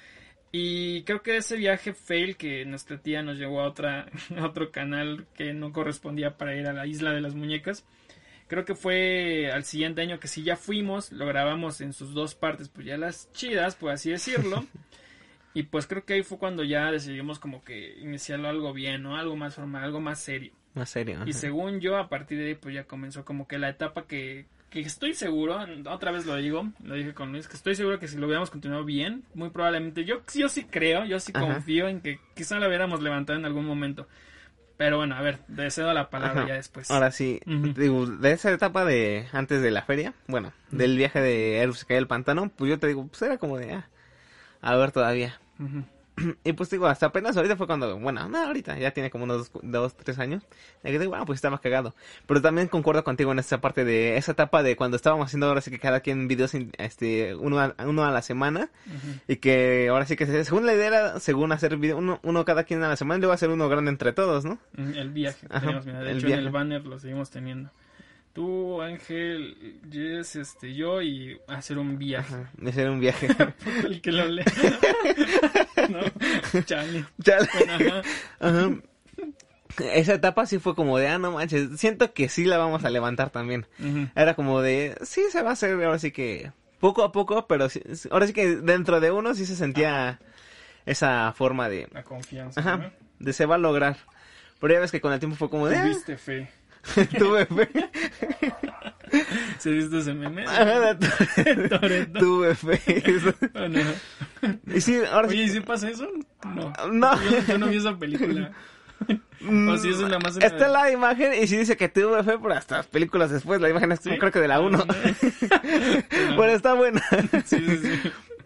Y creo que ese viaje fail que nuestra tía nos llevó a otro canal que no correspondía para ir a la Isla de las Muñecas, creo que fue al siguiente año que sí ya fuimos, lo grabamos en sus 2 partes, pues ya las chidas, por así decirlo. Y pues creo que ahí fue cuando ya decidimos como que iniciarlo algo bien, ¿no? Algo más formal, algo más serio. Más serio. Y según yo, a partir de ahí, pues ya comenzó como que la etapa que estoy seguro, otra vez lo dije con Luis, que estoy seguro que si lo hubiéramos continuado bien, muy probablemente, yo sí creo, yo sí confío en que quizá lo hubiéramos levantado en algún momento. Pero bueno, a ver, te cedo la palabra ya después. Ahora sí, digo, de esa etapa de antes de la feria, bueno, del viaje de Eru se cae el pantano, pues yo te digo, pues era como de, a ver todavía. Y pues digo, hasta apenas ahorita fue cuando, bueno, no, ahorita ya tiene como unos 2, 3 años. Y digo, bueno, pues está más cagado. Pero también concuerdo contigo en esa parte de esa etapa de cuando estábamos haciendo ahora sí que cada quien videos, uno a la semana. Y que ahora sí que según la idea era, según hacer video, uno cada quien a la semana, y luego hacer uno grande entre todos, ¿no? El viaje. Teníamos, mira, de hecho en el banner lo seguimos teniendo. Tú, Ángel, Jess, yo y hacer un viaje. Hacer un viaje. El que lo lea. No, chale. Bueno, ajá. Esa etapa sí fue como de, no manches, siento que sí la vamos a levantar también. Era como de, sí se va a hacer, ahora sí que poco a poco, pero sí, ahora sí que dentro de uno sí se sentía esa forma de... La confianza, ¿no? De se va a lograr. Pero ya ves que con el tiempo fue como de... Tuviste fe. Tuve fe. ¿Se viste ese meme? Tuve fe. Oh, no. Y sí, ahora Oye, sí. ¿y si pasa eso? No. No. Yo no vi esa película. O si es una más... Está la imagen y sí dice que tuve fe, pero hasta las películas después. La imagen es como creo que de la 1. Bueno, está buena. Sí.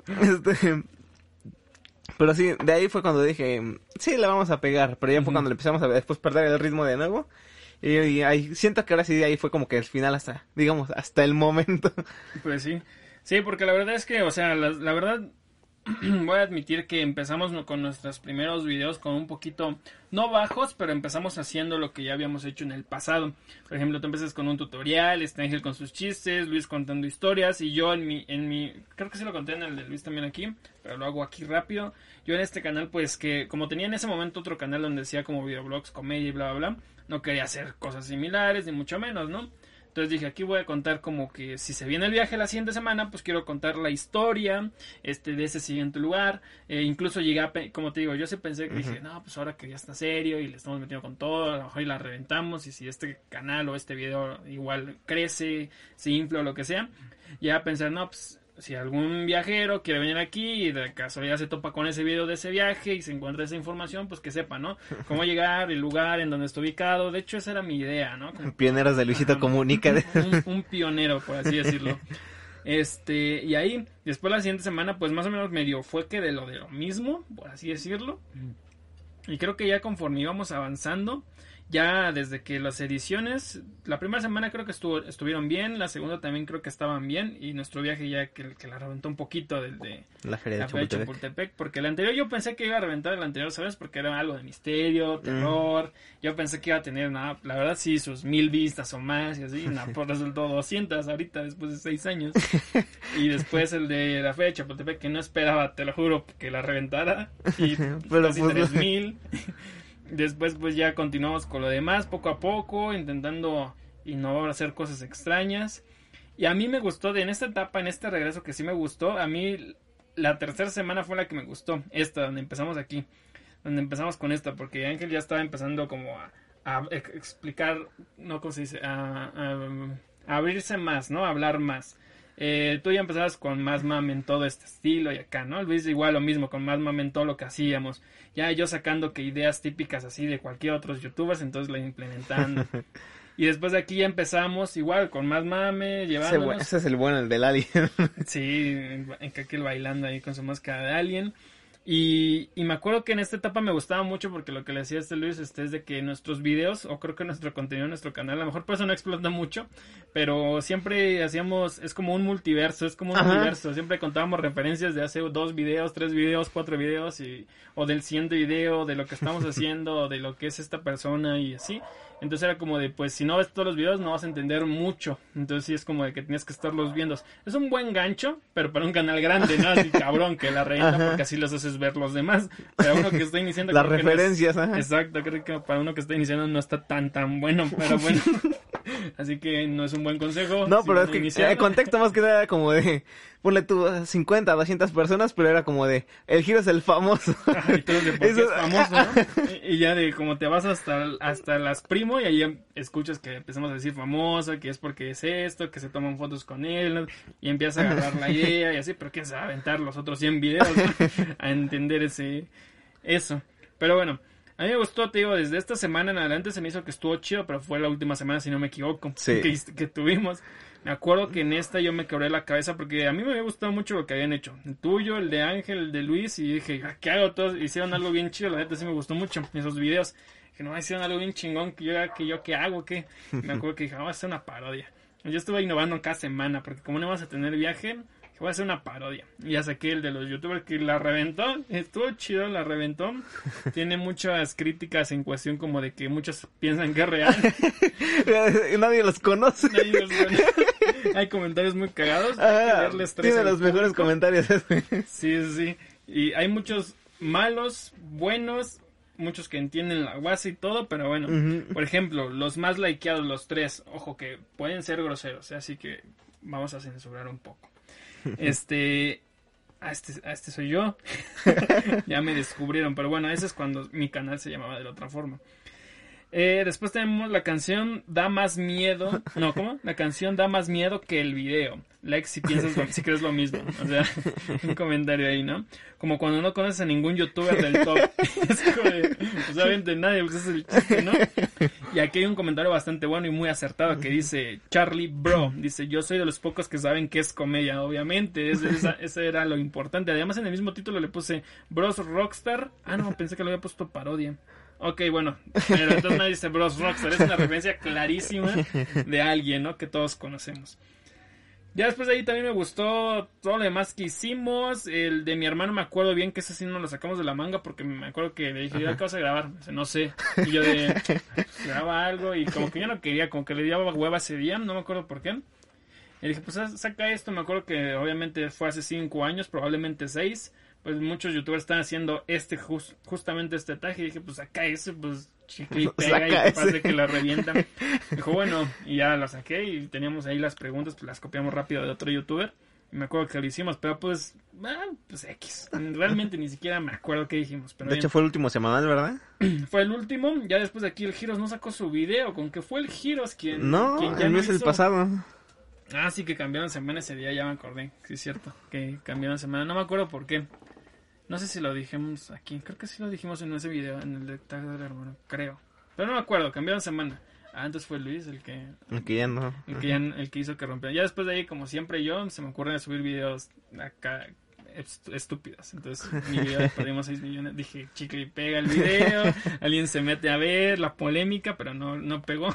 Pero sí, de ahí fue cuando dije, sí, la vamos a pegar. Pero ya fue cuando le empezamos a después perder el ritmo de nuevo. Y ahí siento que ahora sí, ahí fue como que el final hasta, digamos, hasta el momento. Pues sí. Sí, porque la verdad es que, o sea, la verdad, voy a admitir que empezamos con nuestros primeros videos con un poquito, no bajos, pero empezamos haciendo lo que ya habíamos hecho en el pasado. Por ejemplo, tú empiezas con un tutorial, Ángel con sus chistes, Luis contando historias, y yo en mi, creo que sí lo conté en el de Luis también aquí, pero lo hago aquí rápido. Yo en este canal, pues que como tenía en ese momento otro canal donde decía como videoblogs, comedia y bla, bla, bla, no quería hacer cosas similares, ni mucho menos, ¿no? Entonces dije, aquí voy a contar como que si se viene el viaje la siguiente semana, pues quiero contar la historia de ese siguiente lugar. Incluso llegué a, como te digo, yo sí pensé que dije, no, pues ahora que ya está serio y le estamos metiendo con todo, a lo mejor y la reventamos, y si este canal o este video igual crece, se infla o lo que sea, ya a pensar, no, pues si algún viajero quiere venir aquí y de casualidad se topa con ese video de ese viaje y se encuentra esa información, pues que sepa, ¿no? Cómo llegar, el lugar en donde está ubicado. De hecho, esa era mi idea, ¿no? Como, pioneros de Luisito Comunica. Un pionero, por así decirlo. Y ahí, después la siguiente semana, pues más o menos medio fue que de lo mismo, por así decirlo. Y creo que ya conforme íbamos avanzando, ya desde que las ediciones, la primera semana creo que estuvieron bien, la segunda también creo que estaban bien, y nuestro viaje ya que la reventó un poquito del de la Feria de Chapultepec, porque el anterior yo pensé que iba a reventar el anterior, ¿sabes? Porque era algo de misterio, terror, yo pensé que iba a tener, nada, la verdad sí, sus 1000 vistas o más, y así, pues resultó 200 ahorita, después de 6 años, y después el de la Feria de Chapultepec, que no esperaba, te lo juro, que la reventara, y pero casi 3000. Después pues ya continuamos con lo demás poco a poco, intentando innovar, hacer cosas extrañas. Y a mí me gustó, en esta etapa, en este regreso que sí me gustó, a mí la tercera semana fue la que me gustó, donde empezamos aquí, donde empezamos con esta, porque Ángel ya estaba empezando como a explicar, no, ¿cómo se dice? A abrirse más, ¿no? A hablar más. Tú ya empezabas con más mame en todo este estilo y acá, ¿no? Luis igual lo mismo, con más mame en todo lo que hacíamos. Ya yo sacando que ideas típicas así de cualquier otros youtubers, entonces la implementando. Y después de aquí ya empezamos igual, con más mame, llevándonos. Ese es el bueno, el del Alien. Sí, en Kakel bailando ahí con su máscara de Alien. Y me acuerdo que en esta etapa me gustaba mucho porque lo que le decía Luis es de que nuestros videos, o creo que nuestro contenido en nuestro canal, a lo mejor por eso no explota mucho, pero siempre hacíamos, es como un multiverso, universo, siempre contábamos referencias de hace 2 videos, 3 videos, 4 videos, o del siguiente video, de lo que estamos haciendo, o de lo que es esta persona y así. Entonces era como de, pues si no ves todos los videos no vas a entender mucho. Entonces sí es como de que tienes que estarlos viendo. Es un buen gancho, pero para un canal grande, ¿no? Así cabrón que la revienta porque así los haces ver los demás. Para uno que está iniciando... Las referencias, ajá. Exacto, creo que para uno que está iniciando no está tan bueno, pero bueno. Así que no es un buen consejo. No, pero es que el contexto más que nada era como de... Ponle tú 50, 200 personas, pero era como de... El Giro es el famoso. Y todo de porque es famoso, ¿no? Y ya de como te vas hasta las primo y ahí escuchas que empezamos a decir famoso, que es porque es esto, que se toman fotos con él, ¿no? Y empiezas a agarrar la idea y así, pero quién se va a aventar los otros 100 videos, ¿no? A entender eso. Pero bueno, a mí me gustó, te digo, desde esta semana en adelante se me hizo que estuvo chido, pero fue la última semana, si no me equivoco, sí. que tuvimos. Me acuerdo que en esta yo me quebré la cabeza porque a mí me había gustado mucho lo que habían hecho. El tuyo, el de Ángel, el de Luis, y dije, ¿qué hago? Todos hicieron algo bien chido, la neta sí me gustó mucho esos videos. Que no, hicieron algo bien chingón, ¿qué hago? ¿Qué? Me acuerdo que dije, vamos a hacer una parodia. Yo estuve innovando cada semana, porque como no íbamos a tener viaje, voy a hacer una parodia. Y ya saqué el de los youtubers que la reventó. Estuvo chido, la reventó. Tiene muchas críticas en cuestión como de que muchos piensan que es real. Nadie los conoce. Hay comentarios muy cagados. Tiene los mejores comentarios. Sí. Y hay muchos malos, buenos, muchos que entienden la guasa y todo, pero bueno. Por ejemplo, los más likeados, los 3, ojo que pueden ser groseros, así que vamos a censurar un poco. Este soy yo. Ya me descubrieron, pero bueno, ese es cuando mi canal se llamaba de la otra forma. Después tenemos la canción Da Más Miedo. No, ¿cómo? La canción Da Más Miedo que el video. Like si si crees lo mismo. O sea, un comentario ahí, ¿no? Como cuando no conoces a ningún youtuber del top. Es como de, pues obviamente nadie, pues es el chiste, ¿no? Y aquí hay un comentario bastante bueno y muy acertado que dice Charlie Bro. Dice, yo soy de los pocos que saben que es comedia. Obviamente, ese era lo importante. Además en el mismo título le puse Bros Rockstar. Ah, no, pensé que lo había puesto parodia. Ok, bueno, pero entonces nadie dice Bros Rockstar, es una referencia clarísima de alguien, ¿no? Que todos conocemos. Ya después de ahí también me gustó todo lo demás que hicimos. El de mi hermano me acuerdo bien que ese sí no lo sacamos de la manga porque me acuerdo que le dije, ¿qué vas a grabar? Dice, no sé. Y yo graba algo y como que yo no quería, como que le daba hueva ese día, no me acuerdo por qué. Y dije, pues saca esto, me acuerdo que obviamente fue hace 5 años, probablemente 6. Pues muchos youtubers están haciendo justamente este tag y dije, pues acá ese, pues chicle y pega y capaz de que la revientan. Dijo, bueno, y ya lo saqué y teníamos ahí las preguntas, pues las copiamos rápido de otro youtuber. Y me acuerdo que lo hicimos, pero pues X. Realmente ni siquiera me acuerdo qué dijimos. Pero de hecho fue el último semanal, ¿verdad? Fue el último, ya después de aquí el Giros no sacó su video, con que fue el Giros quien... No, ya el mes del pasado. Ah, sí, que cambiaron semana ese día, ya me acordé, sí es cierto, que cambiaron semana, no me acuerdo por qué. No sé si lo dijimos aquí, creo que sí lo dijimos en ese video, en el de Tag del Hermano, creo. Pero no me acuerdo, cambiaron semana. Antes fue Luis el que ya no. el que hizo que rompiera. Ya después de ahí, como siempre yo, se me ocurre subir videos acá estúpidos. Entonces, mi video perdimos 6 millones. Dije, chicle y pega el video. Alguien se mete a ver la polémica, pero no pegó.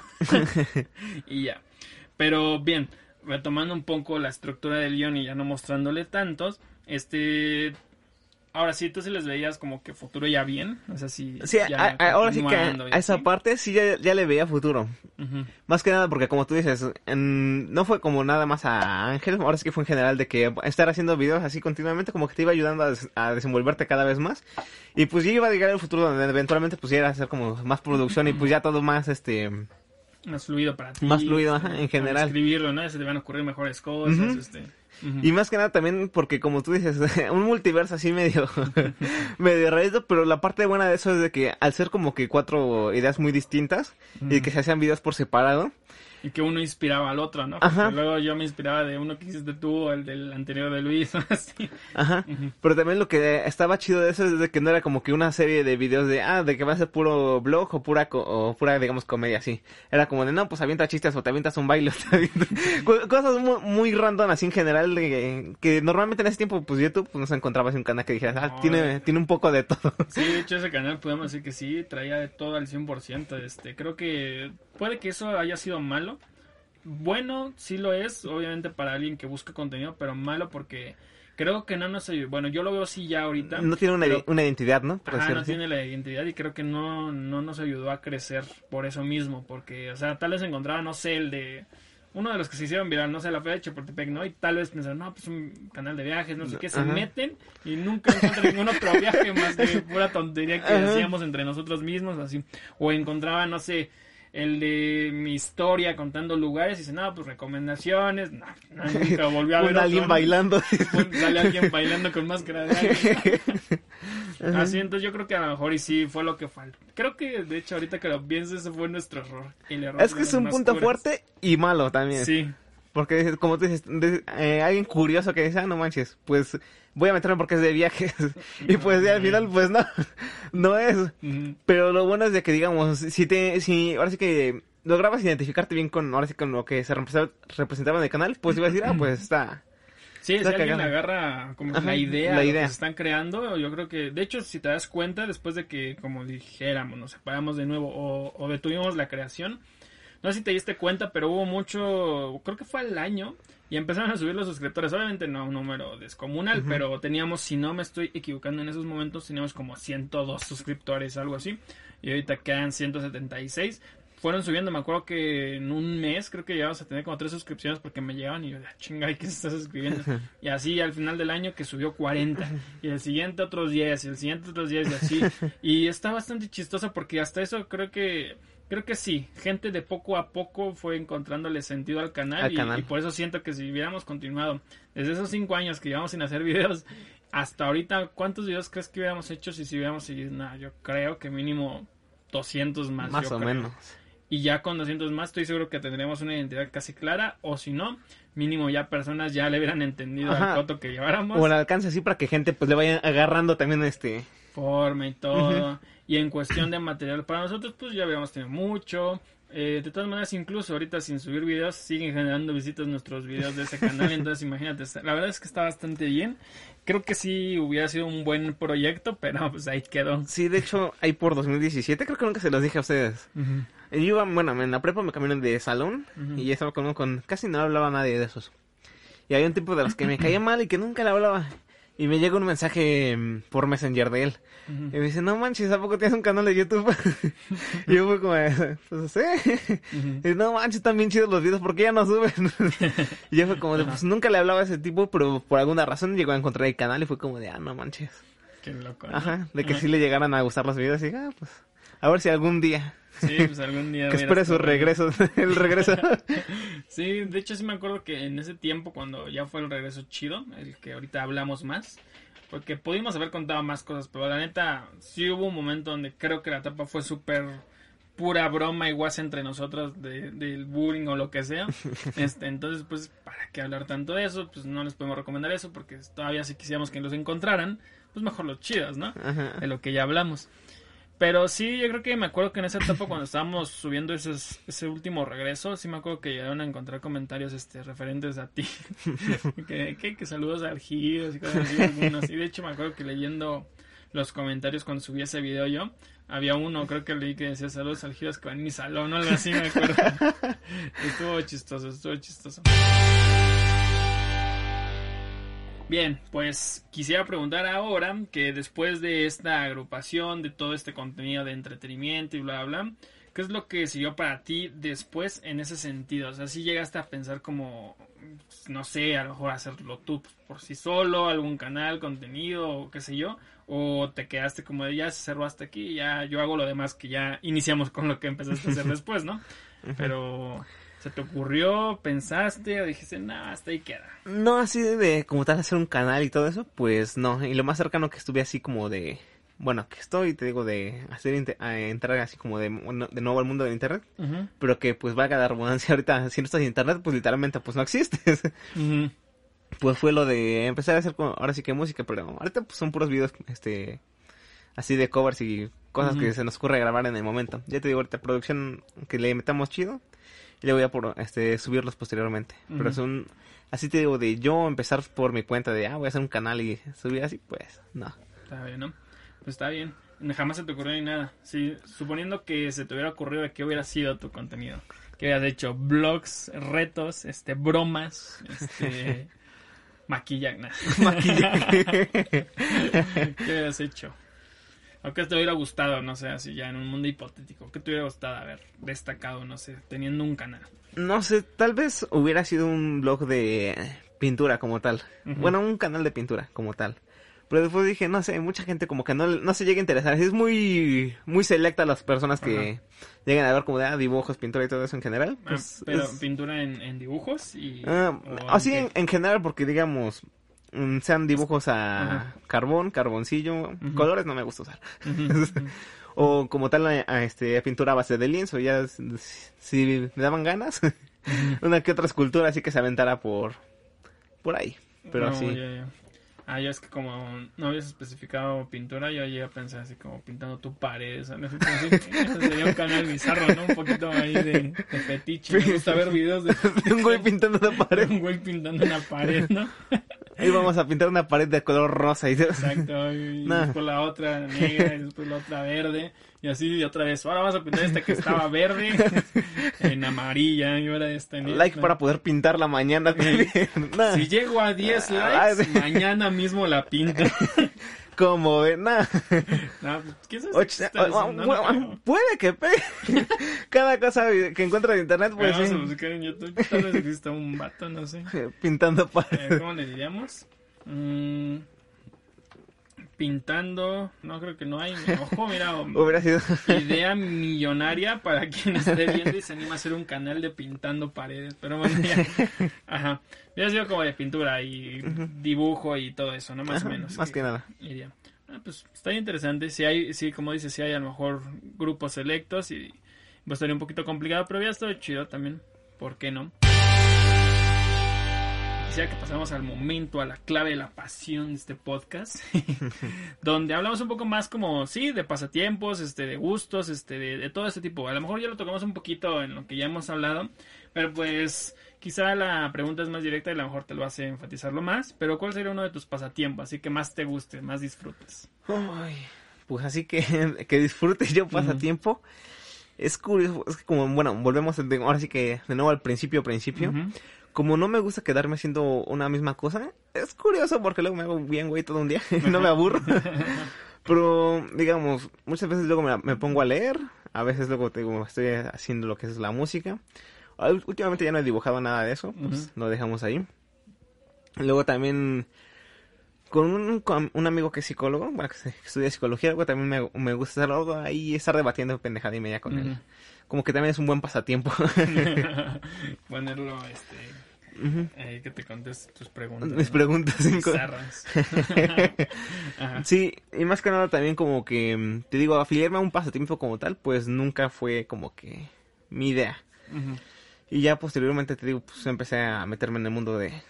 Y ya. Pero bien, retomando un poco la estructura del guión y ya no mostrándole tantos, ahora sí, tú sí les veías como que futuro ya bien, o sea, sí ya ahora sí que a esa parte sí ya le veía futuro. Uh-huh. Más que nada porque como tú dices, no fue como nada más a Ángel, ahora sí que fue en general de que estar haciendo videos así continuamente como que te iba ayudando a desenvolverte cada vez más. Y pues ya iba a llegar el futuro donde eventualmente pues ya era hacer como más producción y pues ya todo más más fluido para ti. Más fluido, en general. Escribirlo, ¿no? Se te van a ocurrir mejores cosas, uh-huh. Uh-huh. Y más que nada también porque como tú dices, un multiverso así medio rarito, pero la parte buena de eso es de que al ser como que 4 ideas muy distintas y que se hacían videos por separado. Y que uno inspiraba al otro, ¿no? Porque ajá. Luego yo me inspiraba de uno que hiciste tú o el del anterior de Luis, así. Ajá. Uh-huh. Pero también lo que estaba chido de eso es de que no era como que una serie de videos de que va a ser puro blog o pura digamos, comedia, así. Era como de, no, pues avienta chistes o te avientas un baile. Cosas muy, muy random así en general, que normalmente en ese tiempo, pues YouTube, pues no se encontraba así un canal que dijeras, tiene un poco de todo. Sí, de hecho ese canal podemos decir que sí, traía de todo al 100%. Creo que puede que eso haya sido malo. Bueno, sí lo es, obviamente para alguien que busca contenido, pero malo porque creo que no nos ayudó. Bueno, yo lo veo así ya ahorita. No tiene una identidad, ¿no? No tiene la identidad y creo que no nos ayudó a crecer por eso mismo, porque, o sea, tal vez encontraba, no sé, uno de los que se hicieron viral, no sé, la Feria de Chapultepec, ¿no? Y tal vez pensaron, no, pues un canal de viajes, no sé qué, se meten y nunca encuentran ningún otro viaje más de pura tontería que hacíamos entre nosotros mismos, así. O encontraban, no sé, el de mi historia contando lugares y dice, no, pues recomendaciones, nunca volvió a ver alguien bailando. Sale alguien bailando con máscara de alguien. Así, entonces yo creo que a lo mejor y sí fue lo que faltó. Creo que de hecho ahorita que lo pienso ese fue nuestro error. Es que es un punto fuerte y malo también. Sí. Porque como tú dices, alguien curioso que dice, no manches, pues voy a meterme porque es de viajes. Y pues ya al final, pues no es. Uh-huh. Pero lo bueno es de que, digamos, si ahora sí que lograbas identificarte bien con lo que se representaba en el canal, pues ibas a decir, pues está. Sí, si alguien agarra como la idea que se están creando, yo creo que, de hecho, si te das cuenta, después de que, como dijéramos, nos separamos de nuevo o detuvimos la creación, no sé si te diste cuenta, pero hubo mucho, creo que fue al año, y empezaron a subir los suscriptores. Obviamente no un número descomunal, pero teníamos, si no me estoy equivocando en esos momentos, teníamos como 102 suscriptores, algo así. Y ahorita quedan 176. Fueron subiendo, me acuerdo que en un mes creo que llegamos a tener como 3 suscripciones porque me llegaban y yo, chinga, ¿y qué se está suscribiendo? Y así al final del año que subió 40. Y el siguiente otros 10, y el siguiente otros 10 y así. Y está bastante chistoso porque hasta eso creo que sí, gente de poco a poco fue encontrándole sentido al canal. Y por eso siento que si hubiéramos continuado desde esos 5 años que llevamos sin hacer videos hasta ahorita, ¿cuántos videos crees que hubiéramos hecho si hubiéramos seguido? Nada, yo creo que mínimo 200 más. Más o menos. Y ya con 200 más estoy seguro que tendremos una identidad casi clara, o si no, mínimo ya personas ya le hubieran entendido al coto que lleváramos. O el alcance así para que gente pues le vaya agarrando también forma y todo. Uh-huh. Y en cuestión de material para nosotros pues ya habíamos tenido mucho. De todas maneras, incluso ahorita sin subir videos siguen generando visitas nuestros videos de ese canal. Entonces imagínate, la verdad es que está bastante bien. Creo que sí hubiera sido un buen proyecto, pero pues ahí quedó. Sí, de hecho, ahí por 2017 creo que nunca se los dije a ustedes. Uh-huh. Yo iba, en la prepa me cambiaron de salón. Uh-huh. Y ya estaba con casi no hablaba nadie de esos. Y había un tipo de los que me caía mal y que nunca le hablaba. Y me llega un mensaje por Messenger de él. Uh-huh. Y me dice, no manches, ¿a poco tienes un canal de YouTube? Y yo fui como, pues sí. Uh-huh. Y no manches, están bien chidos los videos, ¿por qué ya no suben? Y yo fue como de, pues nunca le hablaba a ese tipo, pero por alguna razón llegó a encontrar el canal y fue como de, no manches. Qué loco, ¿no? Ajá, de que sí le llegaran a gustar los videos y pues, a ver si algún día. Sí, pues algún día. Que espere su regreso, el regreso. Sí, de hecho sí me acuerdo que en ese tiempo cuando ya fue el regreso chido, el que ahorita hablamos más, porque pudimos haber contado más cosas, pero la neta sí hubo un momento donde creo que la etapa fue súper pura broma y guasa entre nosotros del bullying o lo que sea. Entonces pues para qué hablar tanto de eso, pues no les podemos recomendar eso porque todavía si quisiéramos que los encontraran, pues mejor los chidos, ¿no? Ajá. De lo que ya hablamos. Pero sí, yo creo que me acuerdo que en esa etapa cuando estábamos subiendo ese último regreso, sí me acuerdo que llegaron a encontrar comentarios referentes a ti. que saludos a Argidos y cosas así, algunos. Y de hecho me acuerdo que leyendo los comentarios cuando subí ese video yo, había uno, creo que leí que decía saludos a Argidos que va en mi salón, algo así me acuerdo. Estuvo chistoso. Bien, pues quisiera preguntar ahora que después de esta agrupación, de todo este contenido de entretenimiento y bla, bla, ¿qué es lo que siguió para ti después en ese sentido? O sea, si llegaste a pensar como, no sé, a lo mejor hacerlo tú por sí solo, algún canal, contenido o qué sé yo, o te quedaste como de ya se cerró hasta aquí, ya yo hago lo demás que ya iniciamos con lo que empezaste a hacer después, ¿no? Pero... ¿se te ocurrió, pensaste o dijiste, nah, hasta ahí queda? No, así de como tal hacer un canal y todo eso, pues no. Y lo más cercano que estuve así como de... Bueno, que estoy, te digo, de hacer entrar así como de nuevo al mundo del internet. Uh-huh. Pero que pues valga la redundancia ahorita, si no estás en internet, pues literalmente pues no existes. Uh-huh. Pues fue lo de empezar a hacer como, ahora sí que música, pero ahorita pues son puros videos así de covers y cosas uh-huh. que se nos ocurre grabar en el momento. Ya te digo, ahorita producción que le metamos chido. Y le voy a subirlos posteriormente. Uh-huh. Pero son, así te digo, de yo empezar por mi cuenta de, voy a hacer un canal y subir así, pues, no. Está bien, ¿no? Pues está bien. Jamás se te ocurrió ni nada. Sí, suponiendo que se te hubiera ocurrido de qué hubiera sido tu contenido. Que hubieras hecho vlogs, retos, bromas, maquillaje. ¿Qué hubieras hecho? ¿O qué te hubiera gustado, no sé, así ya en un mundo hipotético? ¿Qué te hubiera gustado haber destacado, no sé, teniendo un canal? No sé, tal vez hubiera sido un blog de pintura como tal. Uh-huh. Bueno, un canal de pintura como tal. Pero después dije, no sé, mucha gente como que no se llega a interesar. Es muy muy selecta las personas que uh-huh. llegan a ver como de dibujos, pintura y todo eso en general. Pues, pero pintura en dibujos y... así en general, porque digamos... sean dibujos a uh-huh. carbón, carboncillo, uh-huh. colores no me gusta usar. Uh-huh. O como tal a pintura a base de lienzo, ya si me daban ganas, uh-huh. una que otra escultura así que se aventara por ahí, pero así. Ya. Yo es que como no habías especificado pintura, yo llegué a pensar así como pintando tu pared, o sea, sería un canal bizarro, ¿no? Un poquito ahí de fetiche. Me gusta ver videos de un güey pintando una pared. Un güey pintando una pared, ¿no? Ahí vamos a pintar una pared de color rosa. Exacto, y después la otra negra, y después la otra verde, y así otra vez. Ahora vamos a pintar esta que estaba verde, en amarilla, y ahora esta en like esta. Para poder pintarla mañana. Si llego a 10 likes, mañana mismo la pinto. Como de nada. ¿Qué puede que pegue. Cada cosa que encuentro en internet, pues vamos a buscar en YouTube. Tal vez exista un vato, no sé. Pintando paredes. ¿Cómo le diríamos? Pintando, no creo que no hay. Ojo, mira, hubiera sido idea millonaria para quien esté viendo y se anima a hacer un canal de pintando paredes. Pero bueno, ya. Ajá. Hubiera sido como de pintura y uh-huh. dibujo y todo eso, ¿no? Más o menos. Más que nada. Iría. Pues está interesante. Si hay, sí, como dices, si hay a lo mejor grupos selectos y va a estar un poquito complicado, pero ya está chido también. ¿Por qué no? Quisiera que pasemos al momento, a la clave de la pasión de este podcast, donde hablamos un poco más como, sí, de pasatiempos, de gustos, de todo este tipo. A lo mejor ya lo tocamos un poquito en lo que ya hemos hablado, pero pues quizá la pregunta es más directa y a lo mejor te lo hace enfatizarlo más. Pero ¿cuál sería uno de tus pasatiempos? Así que más te guste, más disfrutes. Ay, pues así que disfrute yo pasatiempo. Uh-huh. Es curioso, es que como, bueno, volvemos ahora sí que de nuevo al principio. Uh-huh. Como no me gusta quedarme haciendo una misma cosa, es curioso porque luego me hago bien güey todo un día y no me aburro. Pero, digamos, muchas veces luego me pongo a leer, a veces luego estoy haciendo lo que es la música. Últimamente ya no he dibujado nada de eso, pues uh-huh. lo dejamos ahí. Luego también con un amigo que es psicólogo, bueno, que estudia psicología, luego también me gusta hacer algo ahí, estar debatiendo pendejada y media con uh-huh. él. Como que también es un buen pasatiempo. Ponerlo, uh-huh. que te conteste tus preguntas. Mis preguntas. Bizarras. Sí, y más que nada también como que, te digo, afiliarme a un pasatiempo como tal, pues nunca fue como que mi idea. Uh-huh. Y ya posteriormente, te digo, pues empecé a meterme en el mundo de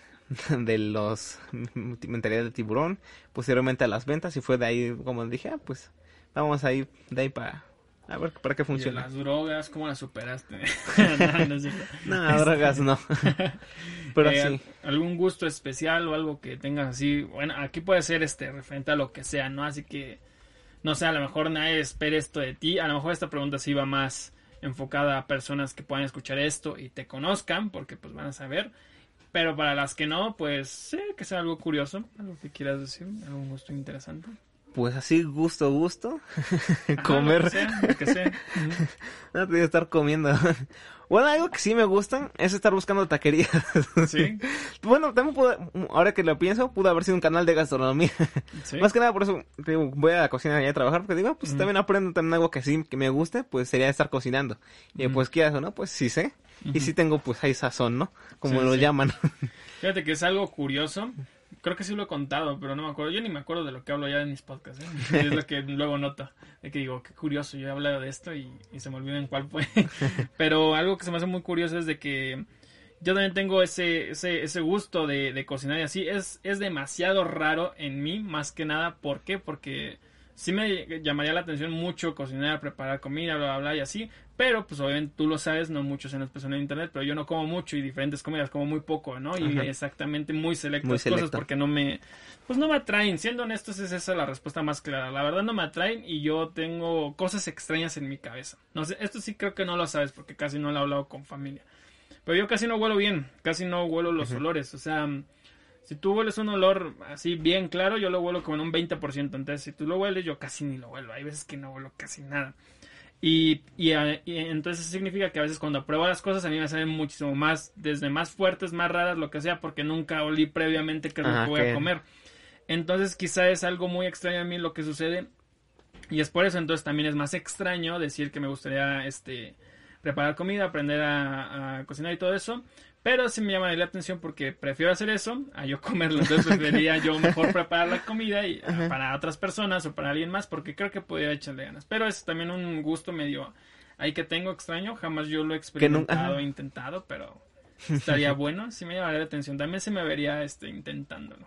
los mentalidad de tiburón, posteriormente a las ventas, y fue de ahí como dije, pues vamos ahí, de ahí para... A ver, ¿para qué funciona? ¿Y las drogas, cómo las superaste? No es cierto. No, drogas no. Pero sí. ¿Algún gusto especial o algo que tengas así? Bueno, aquí puede ser referente a lo que sea, ¿no? Así que, no sé, a lo mejor nadie espera esto de ti. A lo mejor esta pregunta sí va más enfocada a personas que puedan escuchar esto y te conozcan, porque pues van a saber. Pero para las que no, pues sí, que sea algo curioso, algo que quieras decir, algún gusto interesante. Pues así, gusto. Comer. Lo que sea. No te digo estar comiendo. Bueno, algo que sí me gusta es estar buscando taquerías. Sí. Bueno, también ahora que lo pienso, pudo haber sido un canal de gastronomía. ¿Sí? Más que nada por eso te digo, voy a la cocina y a trabajar, porque digo, pues también aprendo también algo que sí, que me guste, pues sería estar cocinando. Y pues quieras o no, pues sí sé. Y sí tengo pues ahí sazón, ¿no? Como lo llaman. Fíjate que es algo curioso. Creo que sí lo he contado, pero no me acuerdo. Yo ni me acuerdo de lo que hablo ya en mis podcasts, ¿eh? Es lo que luego noto. De que digo, qué curioso, yo he hablado de esto y se me olvida en cuál fue. Pero algo que se me hace muy curioso es de que yo también tengo ese gusto de cocinar y así. Es demasiado raro en mí, más que nada. ¿Por qué? Porque sí me llamaría la atención mucho cocinar, preparar comida, bla, bla, bla y así. Pero, pues, obviamente, tú lo sabes, no muchos en las personas de internet, pero yo no como mucho y diferentes comidas, como muy poco, ¿no? Y exactamente muy selectas cosas porque no me atraen. Siendo honestos, es esa la respuesta más clara. La verdad no me atraen y yo tengo cosas extrañas en mi cabeza. No sé, esto sí creo que no lo sabes porque casi no lo he hablado con familia. Pero yo casi no huelo bien, casi no huelo los olores, o sea... Si tú hueles un olor así bien claro, yo lo huelo como en un 20%. Entonces, si tú lo hueles, yo casi ni lo huelo. Hay veces que no huelo casi nada. Y entonces eso significa que a veces cuando pruebo las cosas a mí me salen muchísimo más, desde más fuertes, más raras, lo que sea, porque nunca olí previamente qué es lo que voy a comer. Entonces quizá es algo muy extraño a mí lo que sucede. Y es por eso entonces también es más extraño decir que me gustaría preparar comida, aprender a cocinar y todo eso. Pero sí me llama la atención porque prefiero hacer eso a yo comerlo. Entonces preferiría yo mejor preparar la comida y para otras personas o para alguien más porque creo que podría echarle ganas. Pero es también un gusto medio ahí que tengo extraño. Jamás yo lo he experimentado, intentado, pero estaría bueno. Sí me llamaría la atención. También se me vería intentándolo.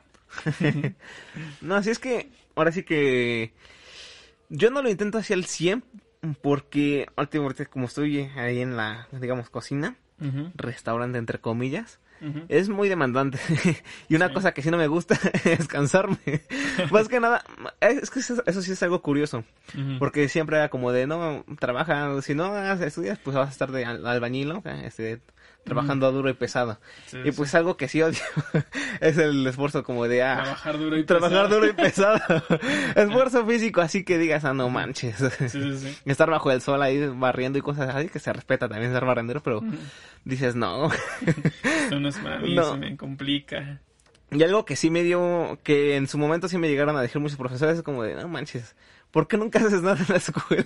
No, así es que ahora sí que yo no lo intento hacia el 100 porque ahorita como estoy ahí en la, digamos, cocina, restaurante entre comillas, es muy demandante. Y una cosa que sí no me gusta es cansarme. Más que nada, es que eso sí es algo curioso. Porque siempre era como de, no, trabaja, si no estudias, pues vas a estar de albañil, ¿no? Trabajando duro y pesado. Y pues algo que sí odio es el esfuerzo como de trabajar duro y pesado. Esfuerzo físico, así que digas, no manches. Estar bajo el sol ahí barriendo y cosas así, que se respeta también ser barrendero, pero dices, no. Eso no es para mí, se me complica. Y algo que sí me dio, que en su momento sí me llegaron a decir muchos profesores, es como de, no manches, ¿por qué nunca haces nada en la escuela?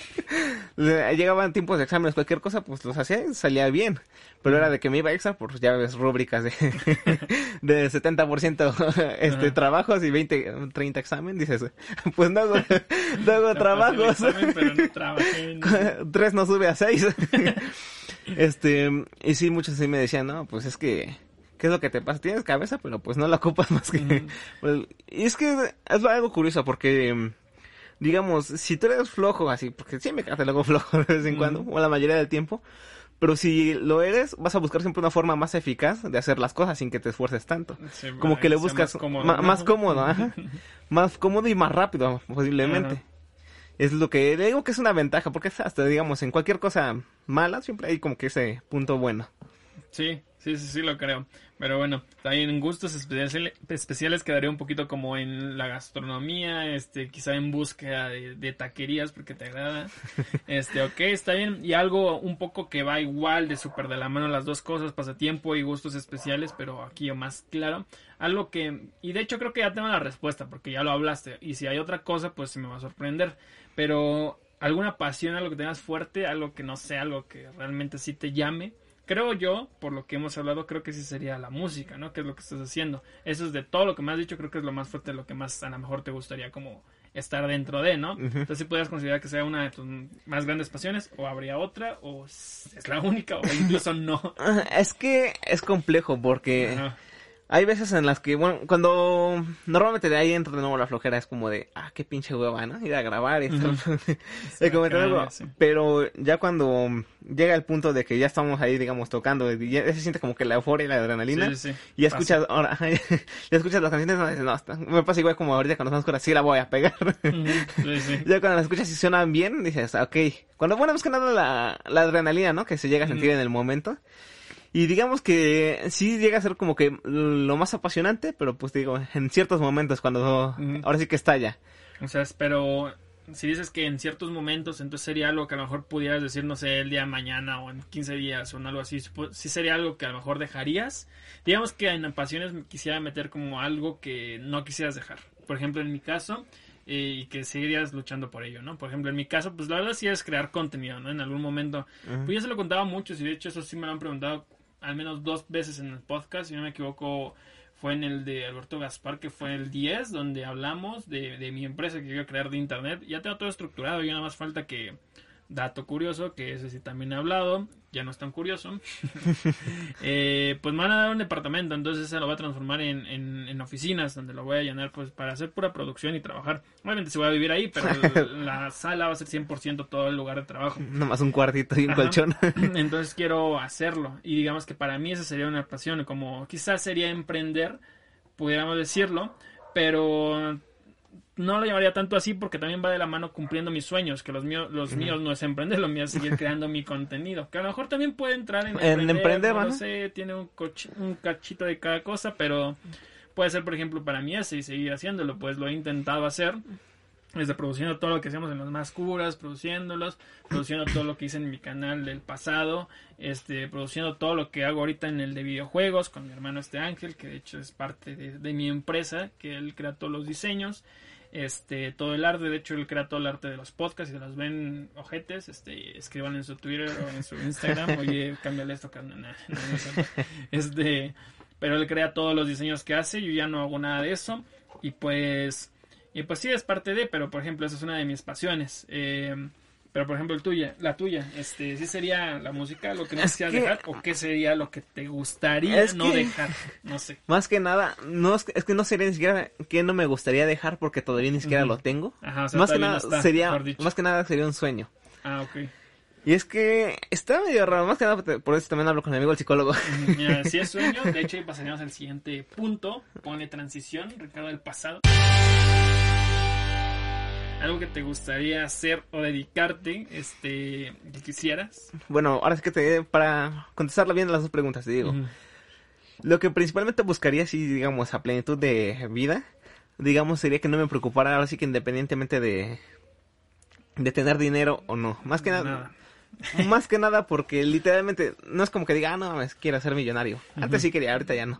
Llegaban tiempos de exámenes, cualquier cosa, pues los hacía y salía bien. Pero era de que me iba extra, pues ya ves rúbricas de 70% trabajos y 30 examen. Dices, pues no hago trabajos. Examen, pero no trabajé. 3 no sube a 6. Y sí, muchos sí me decían, no, pues es que... ¿Qué es lo que te pasa? Tienes cabeza, pero pues no la ocupas más que... Y es que es algo curioso porque... Digamos, si tú eres flojo así, porque sí me quedas luego flojo de vez en cuando, o la mayoría del tiempo, pero si lo eres, vas a buscar siempre una forma más eficaz de hacer las cosas sin que te esfuerces tanto. Sí, como que le buscas más cómodo, más cómodo y más rápido, posiblemente. Es lo que digo que es una ventaja, porque hasta, digamos, en cualquier cosa mala, siempre hay como que ese punto bueno. Sí, lo creo. Pero bueno, también en gustos especiales quedaría un poquito como en la gastronomía, quizá en búsqueda de taquerías porque te agrada. Ok, está bien. Y algo un poco que va igual de súper de la mano las dos cosas, pasatiempo y gustos especiales, pero aquí yo más claro. Algo que, y de hecho creo que ya tengo la respuesta porque ya lo hablaste. Y si hay otra cosa, pues se me va a sorprender. Pero alguna pasión, algo que tengas fuerte, algo que no sé, algo que realmente sí te llame. Creo yo, por lo que hemos hablado, creo que sí sería la música, ¿no? Que es lo que estás haciendo. Eso es de todo lo que me has dicho, creo que es lo más fuerte, lo que más a lo mejor te gustaría como estar dentro de, ¿no? Entonces sí podrías considerar que sea una de tus más grandes pasiones, o habría otra, o es la única, o incluso no. Es que es complejo porque Hay veces en las que, bueno, cuando normalmente de ahí entra de nuevo la flojera, es como de, qué pinche hueva, ¿no? Ir a grabar y comentar algo. Sí. Pero ya cuando llega el punto de que ya estamos ahí, digamos, tocando, y ya se siente como que la euforia y la adrenalina, y ya escuchas, ahora, ya escuchas las canciones, no, dices, no, me pasa igual como ahorita cuando estamos con así la voy a pegar. Ya cuando las escuchas y suenan bien, dices, ok. Cuando, bueno, más que nada la adrenalina, ¿no? Que se llega a sentir en el momento. Y digamos que sí llega a ser como que lo más apasionante, pero pues digo, en ciertos momentos cuando ahora sí que estalla. O sea, pero si dices que en ciertos momentos, entonces sería algo que a lo mejor pudieras decir, no sé, el día de mañana o en 15 días o en algo así. Sí sería algo que a lo mejor dejarías. Digamos que en pasiones quisiera meter como algo que no quisieras dejar. Por ejemplo, en mi caso, y que seguirías luchando por ello, ¿no? Por ejemplo, en mi caso, pues la verdad sí es crear contenido, ¿no? En algún momento. Pues ya se lo contaba a muchos y de hecho eso sí me lo han preguntado al menos 2 veces en el podcast, si no me equivoco, fue en el de Alberto Gaspar, que fue el 10, donde hablamos de mi empresa que quiero crear de internet. Ya tengo todo estructurado, ya nada más falta que, dato curioso, que ese sí también he hablado, ya no es tan curioso, pues me van a dar un departamento, entonces se lo voy a transformar en oficinas, donde lo voy a llenar pues para hacer pura producción y trabajar. Obviamente se voy a vivir ahí, pero la sala va a ser 100% todo el lugar de trabajo. Nomás un cuartito y un colchón. Entonces quiero hacerlo, y digamos que para mí esa sería una pasión, como quizás sería emprender, pudiéramos decirlo, pero no lo llamaría tanto así porque también va de la mano cumpliendo mis sueños, que los míos no es emprender, lo mío es seguir creando mi contenido, que a lo mejor también puede entrar en emprender, no sé, tiene un cachito de cada cosa, pero puede ser, por ejemplo, para mí ese y seguir haciéndolo, pues lo he intentado hacer, desde produciendo todo lo que hacemos en las más curas, produciendo todo lo que hice en mi canal del pasado, produciendo todo lo que hago ahorita en el de videojuegos con mi hermano Ángel, que de hecho es parte de mi empresa, que él crea todos los diseños, todo el arte. De hecho él crea todo el arte de los podcasts, y si los ven ojetes, escriban en su Twitter o en su Instagram, oye, cámbiale esto, pero él crea todos los diseños que hace, yo ya no hago nada de eso, y pues sí es parte de, pero por ejemplo esa es una de mis pasiones, pero por ejemplo la tuya, ¿sí sería la música lo que no quisieras dejar, o qué sería lo que te gustaría dejar? No sé. Más que nada, es que no sería ni siquiera que no me gustaría dejar porque todavía ni siquiera lo tengo. Ajá, o sea, más que nada no sería un sueño. Ok. Y es que está medio raro, más que nada por eso también hablo con mi amigo el psicólogo. Mira, si es sueño, de hecho ahí pasaríamos al siguiente punto, pone transición, Ricardo del pasado. ¿Algo que te gustaría hacer o dedicarte, que quisieras? Bueno, ahora sí que para contestarla bien las dos preguntas, te digo. Lo que principalmente buscaría, si digamos, a plenitud de vida, digamos, sería que no me preocupara, ahora sí que independientemente de tener dinero o no. Más que nada. Más que nada porque literalmente no es como que diga, no, quiero ser millonario. Antes sí quería, ahorita ya no.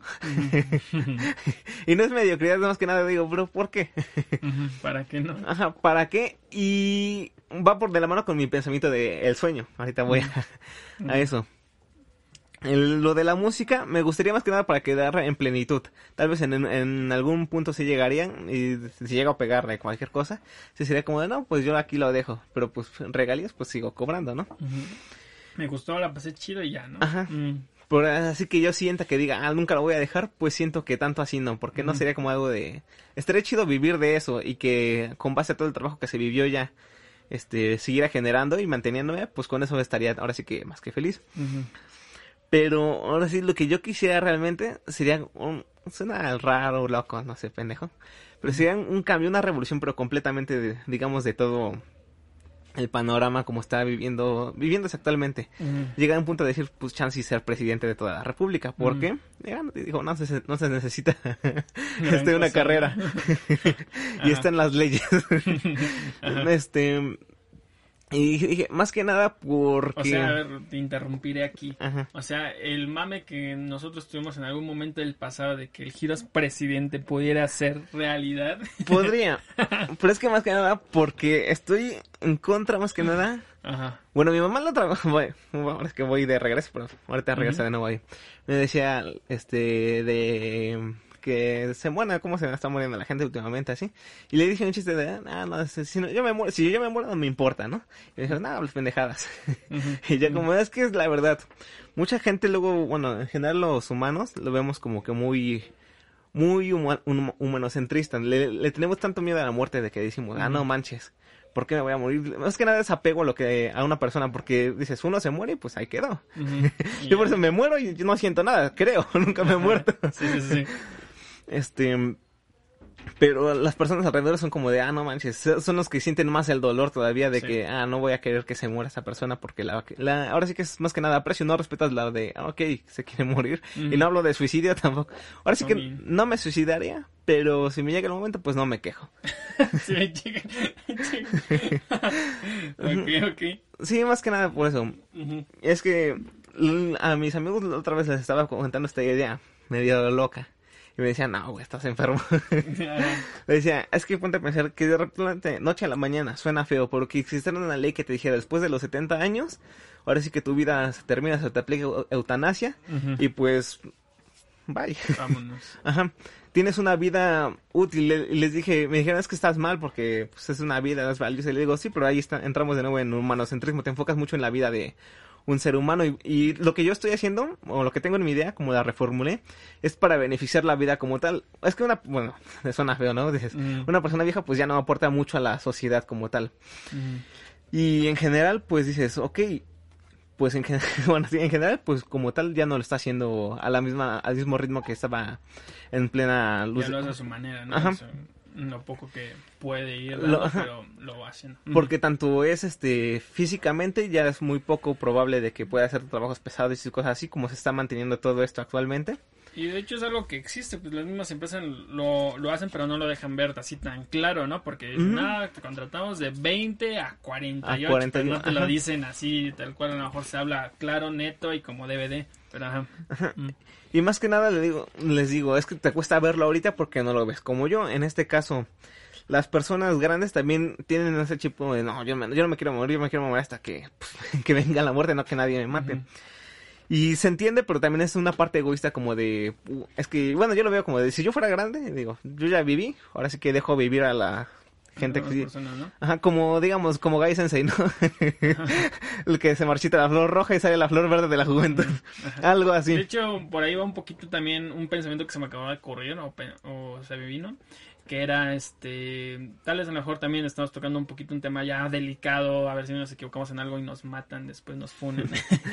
Y no es mediocridad, más que nada digo, bro, ¿por qué? ¿Para qué no? Ajá, ¿para qué? Y va por de la mano con mi pensamiento de el sueño. Ahorita voy a eso. Lo de la música me gustaría más que nada para quedar en plenitud. Tal vez en algún punto sí llegarían, y si llego a pegarle cualquier cosa, sí sería como de, no, pues yo aquí lo dejo. Pero pues regalías pues sigo cobrando, ¿no? Me gustó, la pasé chido y ya, ¿no? Ajá. Por así que yo sienta que diga, nunca lo voy a dejar, pues siento que tanto así no. Porque no sería como algo de... Estaría chido vivir de eso y que con base a todo el trabajo que se vivió ya, siguiera generando y manteniéndome, pues con eso estaría ahora sí que más que feliz. Pero ahora sí, lo que yo quisiera realmente sería suena raro, loco, no sé, pendejo. Pero sería un cambio, una revolución, pero completamente, digamos, de todo el panorama como está viviéndose actualmente. Llegar a un punto de decir, pues, chance y ser presidente de toda la república. ¿Por qué? Digo, no se necesita una carrera. Y está en las leyes. Y dije, más que nada porque... O sea, a ver, te interrumpiré aquí. Ajá. O sea, el mame que nosotros tuvimos en algún momento del pasado de que el Giros presidente pudiera ser realidad. Podría, pero es que más que nada porque estoy en contra más que nada. Ajá. Bueno, mi mamá la trabaja, ahora es que voy de regreso, pero ahorita regreso de nuevo ahí. Me decía, que se muera, cómo se está muriendo la gente últimamente, así. Y le dije un chiste de, no, si yo me muero no me importa, ¿no? Y me dijo, no, las pendejadas. Y ya como, es que es la verdad. Mucha gente luego, bueno, en general los humanos lo vemos como que muy humanocentristas. Le tenemos tanto miedo a la muerte de que decimos, no manches, ¿por qué me voy a morir? Más que nada es apego a una persona, porque dices, uno se muere y pues ahí quedó. Yo por eso me muero y no siento nada, creo, nunca me he muerto. Sí. Pero las personas alrededor son como de, no manches, son los que sienten más el dolor todavía de que, no voy a querer que se muera esa persona porque ahora sí que es más que nada aprecio, no respetas la de, ok, se quiere morir. Y no hablo de suicidio tampoco. Ahora sí que no me suicidaría, pero si me llega el momento, pues no me quejo. Sí, me llega. Ok. Sí, más que nada por eso. Es que a mis amigos la otra vez les estaba comentando esta idea medio loca. Y me decían, no, güey, estás enfermo. Me decía, es que ponte a pensar que de repente, noche a la mañana, suena feo, pero que existiera una ley que te dijera, después de los 70 años, ahora sí que tu vida se termina, se te aplica eutanasia, y pues, bye. Vámonos. Ajá. Tienes una vida útil. Y les dije, me dijeron, es que estás mal porque pues, es una vida, es valiosa. Y le digo, sí, pero ahí entramos de nuevo en humanocentrismo. Te enfocas mucho en la vida de un ser humano. Y lo que yo estoy haciendo, o lo que tengo en mi idea, como la reformulé, es para beneficiar la vida como tal. Es que bueno, suena feo, ¿no? Dices, una persona vieja pues ya no aporta mucho a la sociedad como tal. Y en general, pues dices, ok, pues en general, pues como tal ya no lo está haciendo al mismo ritmo que estaba en plena luz. Ya lo hace a su manera, ¿no? Ajá. O sea, lo poco que puede ir dando, pero lo va haciendo. Porque tanto es físicamente ya es muy poco probable de que pueda hacer trabajos pesados y cosas así como se está manteniendo todo esto actualmente. Y de hecho es algo que existe, pues las mismas empresas lo hacen, pero no lo dejan ver así tan claro, ¿no? Porque nada, te contratamos de 20 a 48, pero no te lo dicen así, tal cual, a lo mejor se habla claro, neto y como DVD, pero ajá. Y más que nada les digo, es que te cuesta verlo ahorita porque no lo ves. Como yo, en este caso, las personas grandes también tienen ese chip de, no, yo no me quiero morir, yo me quiero morir hasta que venga la muerte, no que nadie me mate. Y se entiende, pero también es una parte egoísta como de... es que, bueno, yo lo veo como de... Si yo fuera grande, digo, yo ya viví, ahora sí que dejo vivir a la gente que... personas, ¿no? Ajá, como, digamos, como Gai Sensei, ¿no? El que se marchita la flor roja y sale la flor verde de la juventud. Algo así. De hecho, por ahí va un poquito también un pensamiento que se me acababa de ocurrir, o se me vino, que era, tal vez a lo mejor también estamos tocando un poquito un tema ya delicado, a ver si nos equivocamos en algo y nos matan, después nos funen.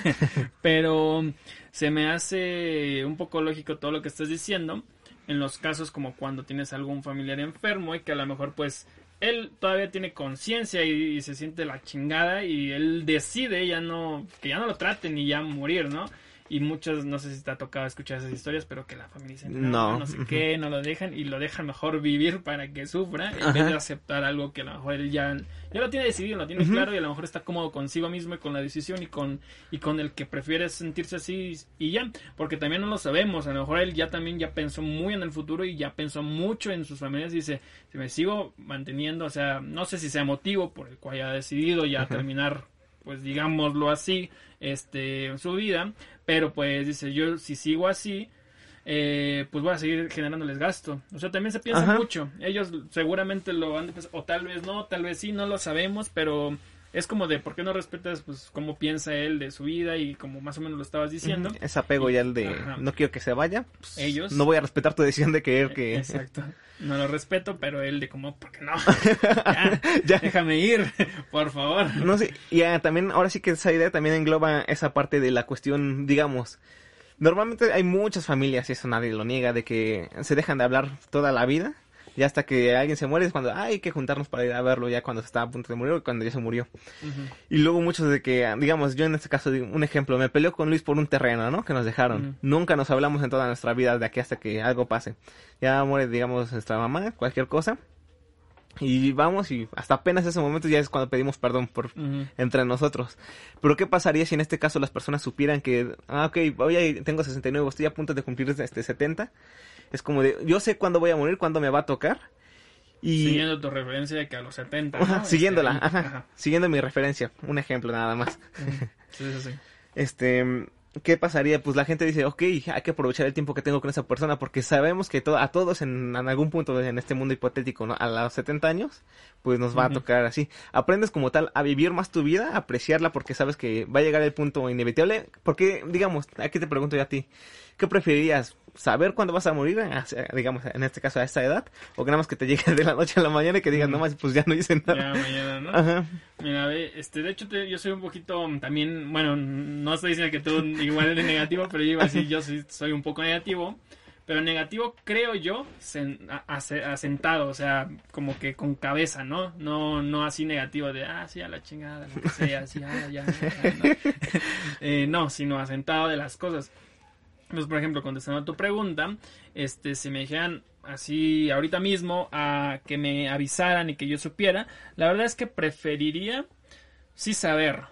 Pero se me hace un poco lógico todo lo que estás diciendo, en los casos como cuando tienes algún familiar enfermo y que a lo mejor pues él todavía tiene conciencia y se siente la chingada y él decide que ya no lo traten y ya morir, ¿no? Y muchos, no sé si te ha tocado escuchar esas historias, pero que la familia dice, no sé qué, no lo dejan y lo dejan mejor vivir para que sufra, en vez de aceptar algo que a lo mejor él ya lo tiene decidido, lo tiene claro y a lo mejor está cómodo consigo mismo y con la decisión y con el que prefiere sentirse así y ya, porque también no lo sabemos, a lo mejor él ya pensó muy en el futuro y ya pensó mucho en sus familias y dice, si me sigo manteniendo, o sea, no sé si sea motivo por el cual haya decidido ya terminar, pues digámoslo así, su vida, pero pues dice, yo si sigo así, pues voy a seguir generándoles gasto. O sea, también se piensa mucho. Ellos seguramente lo van a pensar, o tal vez no, tal vez sí, no lo sabemos, pero es como de, ¿por qué no respetas pues cómo piensa él de su vida? Y como más o menos lo estabas diciendo. Es apego ya el de, no quiero que se vaya, pues, ellos no voy a respetar tu decisión de querer que... Exacto. No lo respeto, pero él de como, ¿por qué no? Ya. Déjame ir, por favor. No sé, y también, ahora sí que esa idea también engloba esa parte de la cuestión, digamos, normalmente hay muchas familias, y eso nadie lo niega, de que se dejan de hablar toda la vida, y hasta que alguien se muere es cuando hay que juntarnos para ir a verlo ya cuando se está a punto de morir o cuando ya se murió. Y luego muchos de que, digamos, yo en este caso, un ejemplo, me peleó con Luis por un terreno, ¿no? Que nos dejaron. Nunca nos hablamos en toda nuestra vida de aquí hasta que algo pase. Ya muere, digamos, nuestra mamá, cualquier cosa. Y vamos, y hasta apenas ese momento ya es cuando pedimos perdón por entre nosotros. Pero ¿qué pasaría si en este caso las personas supieran que, ok, hoy tengo 69, estoy a punto de cumplir 70? Es como de, yo sé cuándo voy a morir, cuándo me va a tocar. Y siguiendo tu referencia de que a los 70, ¿no? Ajá, siguiéndola, siguiendo mi referencia, un ejemplo nada más. Sí. ¿qué pasaría? Pues la gente dice, ok, hay que aprovechar el tiempo que tengo con esa persona, porque sabemos que a todos en algún punto en este mundo hipotético, ¿no? A los 70 años, pues nos va a tocar así. Aprendes como tal a vivir más tu vida, a apreciarla, porque sabes que va a llegar el punto inevitable. Porque, digamos, aquí te pregunto yo a ti, ¿qué preferirías? ¿Saber cuándo vas a morir, digamos, en este caso a esta edad? ¿O que nada más que te llegue de la noche a la mañana y que digas, no más, pues ya no hice nada? Ya mañana, ¿no? Ajá. Mira, de hecho yo soy un poquito también, bueno, no estoy diciendo que tú igual de negativo, pero yo iba a decir, yo soy un poco negativo. Pero negativo creo yo asentado, o sea, como que con cabeza, ¿no? No así negativo de, sí, a la chingada, lo que sea, así, ya, no. No, sino asentado de las cosas. Pues, por ejemplo, contestando a tu pregunta, si me dijeran así ahorita mismo a que me avisaran y que yo supiera, la verdad es que preferiría sí saber,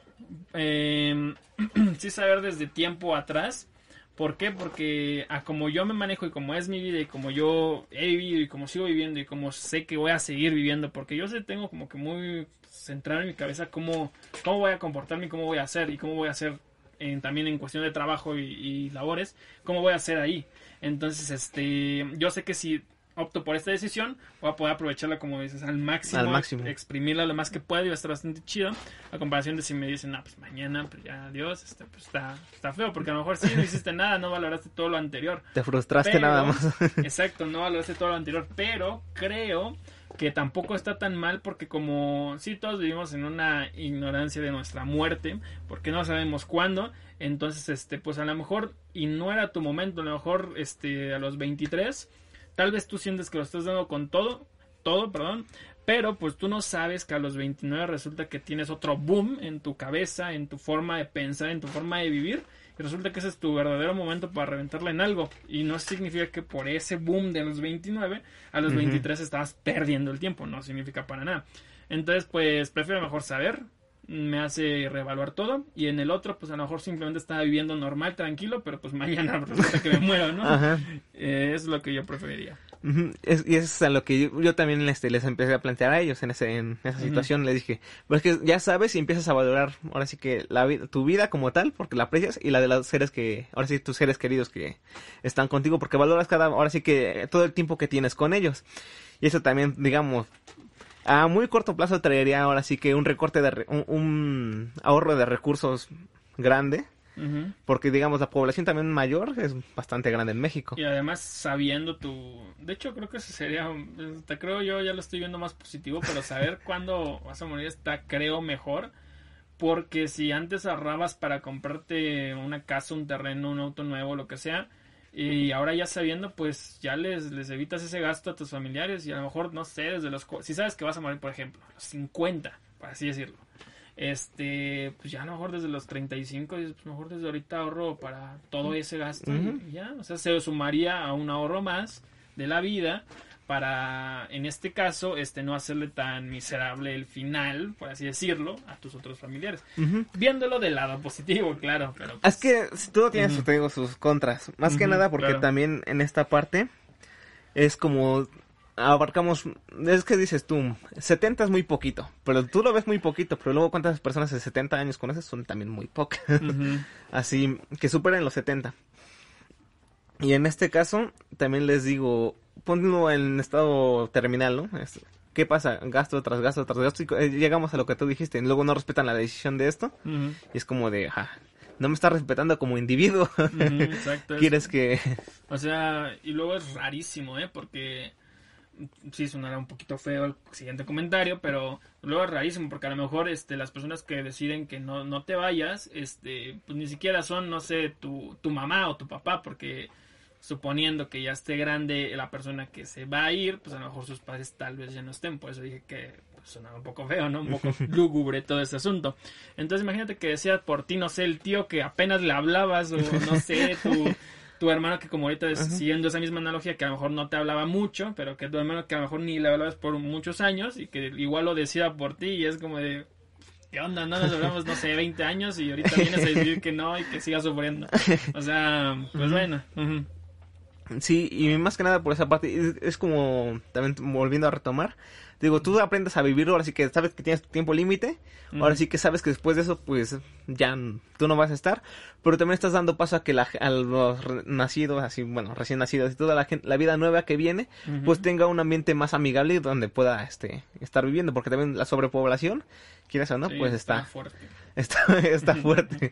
sí saber desde tiempo atrás. ¿Por qué? Porque como yo me manejo y como es mi vida y como yo he vivido y como sigo viviendo y como sé que voy a seguir viviendo, porque yo tengo como que muy centrado en mi cabeza cómo voy a comportarme y cómo voy a hacer y cómo voy a hacer también en cuestión de trabajo y labores, cómo voy a hacer ahí. Entonces, yo sé que si opto por esta decisión, voy a poder aprovecharla, como dices, al máximo. Exprimirla lo más que pueda y va a estar bastante chido, a comparación de si me dicen, pues mañana, pues ya adiós, pues está feo, porque a lo mejor sí no hiciste nada, no valoraste todo lo anterior. Te frustraste nada más. Exacto, no valoraste todo lo anterior, pero creo que tampoco está tan mal, porque como sí todos vivimos en una ignorancia de nuestra muerte, porque no sabemos cuándo, entonces pues a lo mejor, y no era tu momento, a lo mejor a los 23, tal vez tú sientes que lo estás dando con todo, pero pues tú no sabes que a los 29 resulta que tienes otro boom en tu cabeza, en tu forma de pensar, en tu forma de vivir, y resulta que ese es tu verdadero momento para reventarla en algo, y no significa que por ese boom de los 29 a los 23 estabas perdiendo el tiempo, no significa para nada. Entonces pues prefiero mejor saber, me hace reevaluar todo, y en el otro pues a lo mejor simplemente estaba viviendo normal, tranquilo, pero pues mañana resulta que me muero, ¿no? Eso es lo que yo preferiría. Y eso es a lo que yo también les empecé a plantear a ellos en esa situación. Les dije, pues que ya sabes y empiezas a valorar ahora sí que tu vida como tal, porque la aprecias, y la de los seres ahora sí tus seres queridos que están contigo, porque valoras ahora sí que todo el tiempo que tienes con ellos. Y eso también, digamos, a muy corto plazo traería ahora sí que un recorte un ahorro de recursos grande. Porque digamos la población también mayor es bastante grande en México. Y además sabiendo de hecho creo que eso sería, creo yo ya lo estoy viendo más positivo, pero saber cuándo vas a morir está creo mejor, porque si antes ahorrabas para comprarte una casa, un terreno, un auto nuevo, lo que sea, y ahora ya sabiendo, pues ya les evitas ese gasto a tus familiares, y a lo mejor no sé, si sabes que vas a morir por ejemplo a los 50, por así decirlo, pues ya a lo mejor desde los 35, pues mejor desde ahorita ahorro para todo ese gasto, y ya, o sea, se sumaría a un ahorro más de la vida para, en este caso, no hacerle tan miserable el final, por así decirlo, a tus otros familiares. Viéndolo del lado positivo, claro. Pero pues, es que todo tiene sus contras, más que nada porque también en esta parte es como abarcamos, es que dices tú, 70 es muy poquito, pero tú lo ves muy poquito, pero luego cuántas personas de 70 años conoces son también muy pocas, así que superan los 70. Y en este caso, también les digo, ponlo en estado terminal, ¿no? ¿Qué pasa? Gasto tras gasto tras gasto, y llegamos a lo que tú dijiste, y luego no respetan la decisión de esto, y es como de, no me estás respetando como individuo. Exacto. ¿Quieres que...? O sea, y luego es rarísimo, porque... Sí, sonará un poquito feo el siguiente comentario, pero luego es rarísimo, porque a lo mejor las personas que deciden que no te vayas, pues ni siquiera son, no sé, tu mamá o tu papá, porque suponiendo que ya esté grande la persona que se va a ir, pues a lo mejor sus padres tal vez ya no estén, por eso dije que pues, sonaba un poco feo, ¿no? Un poco lúgubre todo este asunto. Entonces imagínate que decía por ti, no sé, el tío que apenas le hablabas, o no sé, tu hermano que como ahorita siguiendo esa misma analogía, que a lo mejor no te hablaba mucho, pero que tu hermano que a lo mejor ni le hablabas por muchos años y que igual lo decía por ti, y es como de, ¿qué onda? No nos hablamos, no sé, 20 años y ahorita vienes a decir que no y que sigas sufriendo. O sea, pues bueno. Sí, y más que nada por esa parte, es como, también volviendo a retomar, digo, tú aprendes a vivirlo, ahora sí que sabes que tienes tu tiempo límite, ahora sí que sabes que después de eso, pues, ya tú no vas a estar, pero también estás dando paso a que a los nacidos, así, bueno, recién nacidos y toda la vida nueva que viene, pues tenga un ambiente más amigable y donde pueda, estar viviendo, porque también la sobrepoblación, quieras o no, Sí, pues está fuerte. está fuerte.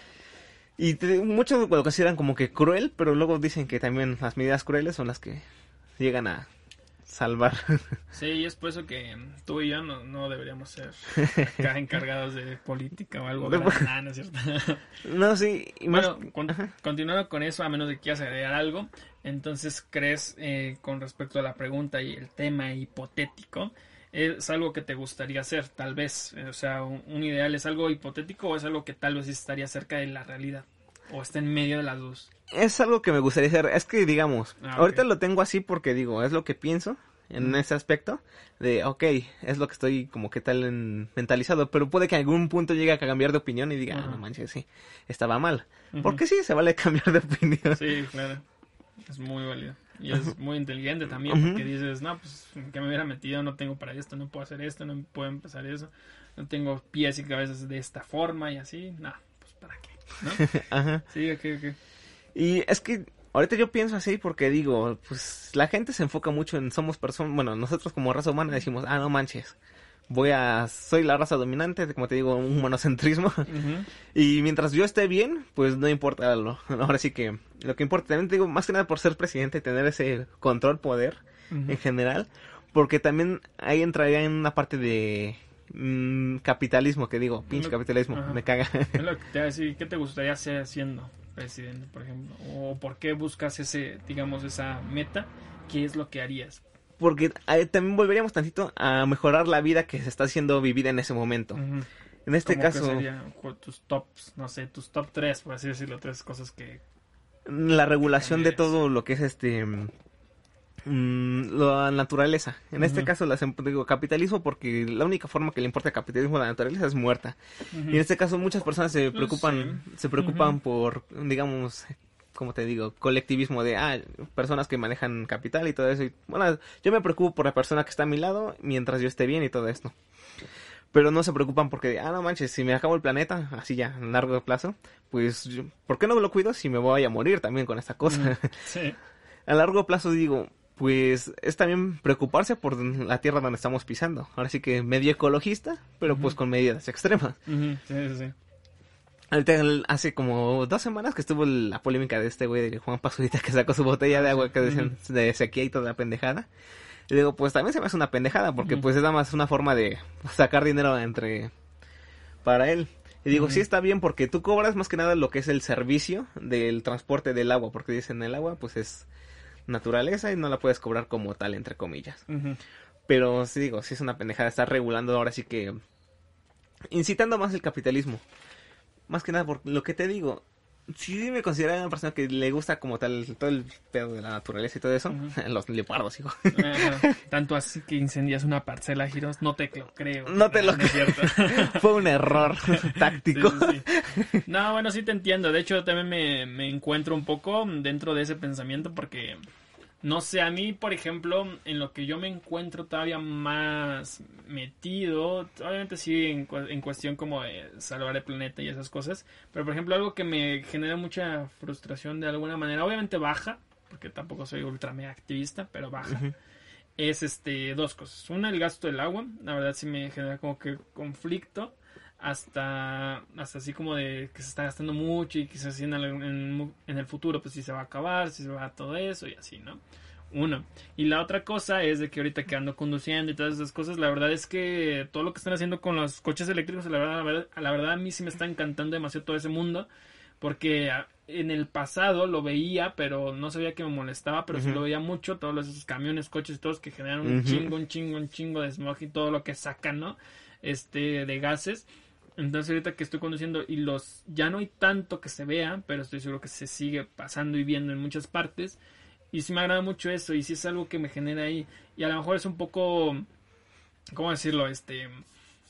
Y muchos lo consideran como que cruel, pero luego dicen que también las medidas crueles son las que llegan a salvar. Sí, y es por eso que tú y yo no deberíamos ser acá encargados de política o algo. Nada, no es cierto. No, sí. Y Bueno, más... continuando con eso, a menos de que quieras agregar algo, entonces crees, con respecto a la pregunta y el tema hipotético, es algo que te gustaría hacer, tal vez, o sea, un ideal es algo hipotético o es algo que tal vez estaría cerca de la realidad o está en medio de las dos. Es algo que me gustaría hacer. Es que, digamos, ahorita Ok. lo tengo así porque, digo, es lo que pienso en ese aspecto. De, ok, es lo que estoy como que tal mentalizado. Pero puede que en algún punto llegue a cambiar de opinión y diga, no manches, sí, estaba mal. Porque sí, se vale cambiar de opinión. Sí, claro. Es muy válido. Y es muy inteligente también porque dices, no, pues que me hubiera metido, no tengo para esto, no puedo hacer esto, no puedo empezar eso. No tengo pies y cabezas de esta forma y así. No, pues para qué, ¿no? Ajá. Sí, ok. Y es que ahorita yo pienso así porque digo, pues la gente se enfoca mucho en somos personas, bueno, nosotros como raza humana decimos, no manches, soy la raza dominante, como te digo, un monocentrismo. Y mientras yo esté bien, pues no importa ahora sí que lo que importa, también te digo, más que nada por ser presidente y tener ese control, poder en general, porque también ahí entraría en una parte de capitalismo, que digo, pinche capitalismo, me caga. Es lo que te voy a decir, ¿qué te gustaría hacer siendo presidente, por ejemplo? ¿O por qué buscas esa meta? ¿Qué es lo que harías? Porque también volveríamos tantito a mejorar la vida que se está haciendo vivir en ese momento. En este ¿Cómo caso, que serían tus tops, no sé, tus top 3, por así decirlo, 3 cosas que... la regulación de cambiarías? todo lo que es la naturaleza. En este caso, digo capitalismo, porque la única forma que le importa el capitalismo a la naturaleza es muerta. Y en este caso, muchas personas se preocupan por, digamos, como te digo, colectivismo de, personas que manejan capital y todo eso. Y, bueno, yo me preocupo por la persona que está a mi lado mientras yo esté bien y todo esto. Pero no se preocupan porque, no manches, si me acabo el planeta, así ya, a largo plazo, pues, ¿por qué no me lo cuido si me voy a morir también con esta cosa? Sí. A largo plazo digo, pues, es también preocuparse por la tierra donde estamos pisando. Ahora sí que medio ecologista, pero pues con medidas extremas. Sí. Ahorita, hace como 2 semanas que estuvo la polémica de este güey de Juan Pazurita que sacó su botella de agua que decían de sequía y toda la pendejada. Y digo, pues también se me hace una pendejada porque pues es nada más una forma de sacar dinero para él. Y digo, sí está bien porque tú cobras más que nada lo que es el servicio del transporte del agua, porque dicen el agua pues es naturaleza y no la puedes cobrar como tal, entre comillas. Pero sí digo, sí es una pendejada estar regulando ahora sí que incitando más el capitalismo. Más que nada por lo que te digo, sí me considero una persona que le gusta como tal todo el pedo de la naturaleza y todo eso. Los leopardos, hijo. Tanto así que incendias una parcela, Giros, no te lo creo. No te lo es creo. cierto. Fue un error táctico. Sí. No, bueno, sí te entiendo. De hecho, también me encuentro un poco dentro de ese pensamiento porque, no sé, a mí, por ejemplo, en lo que yo me encuentro todavía más metido, obviamente sí en cuestión como de salvar el planeta y esas cosas, pero por ejemplo algo que me genera mucha frustración de alguna manera, obviamente baja, porque tampoco soy ultra mega activista, pero baja, es 2 cosas. Una, el gasto del agua, la verdad sí me genera como que conflicto, hasta así como de que se está gastando mucho y quizás en el futuro pues si se va a acabar, si se va a todo eso y así, ¿no? Uno. Y la otra cosa es de que ahorita que ando conduciendo y todas esas cosas, la verdad es que todo lo que están haciendo con los coches eléctricos, la verdad a mí sí me está encantando demasiado todo ese mundo, porque en el pasado lo veía, pero no sabía que me molestaba, pero sí lo veía mucho, todos esos camiones, coches, todos que generan un chingo de smog y todo lo que sacan, ¿no? De gases. Entonces ahorita que estoy conduciendo y ya no hay tanto que se vea, pero estoy seguro que se sigue pasando y viendo en muchas partes. Y sí me agrada mucho eso y sí es algo que me genera ahí. Y a lo mejor es un poco, ¿cómo decirlo?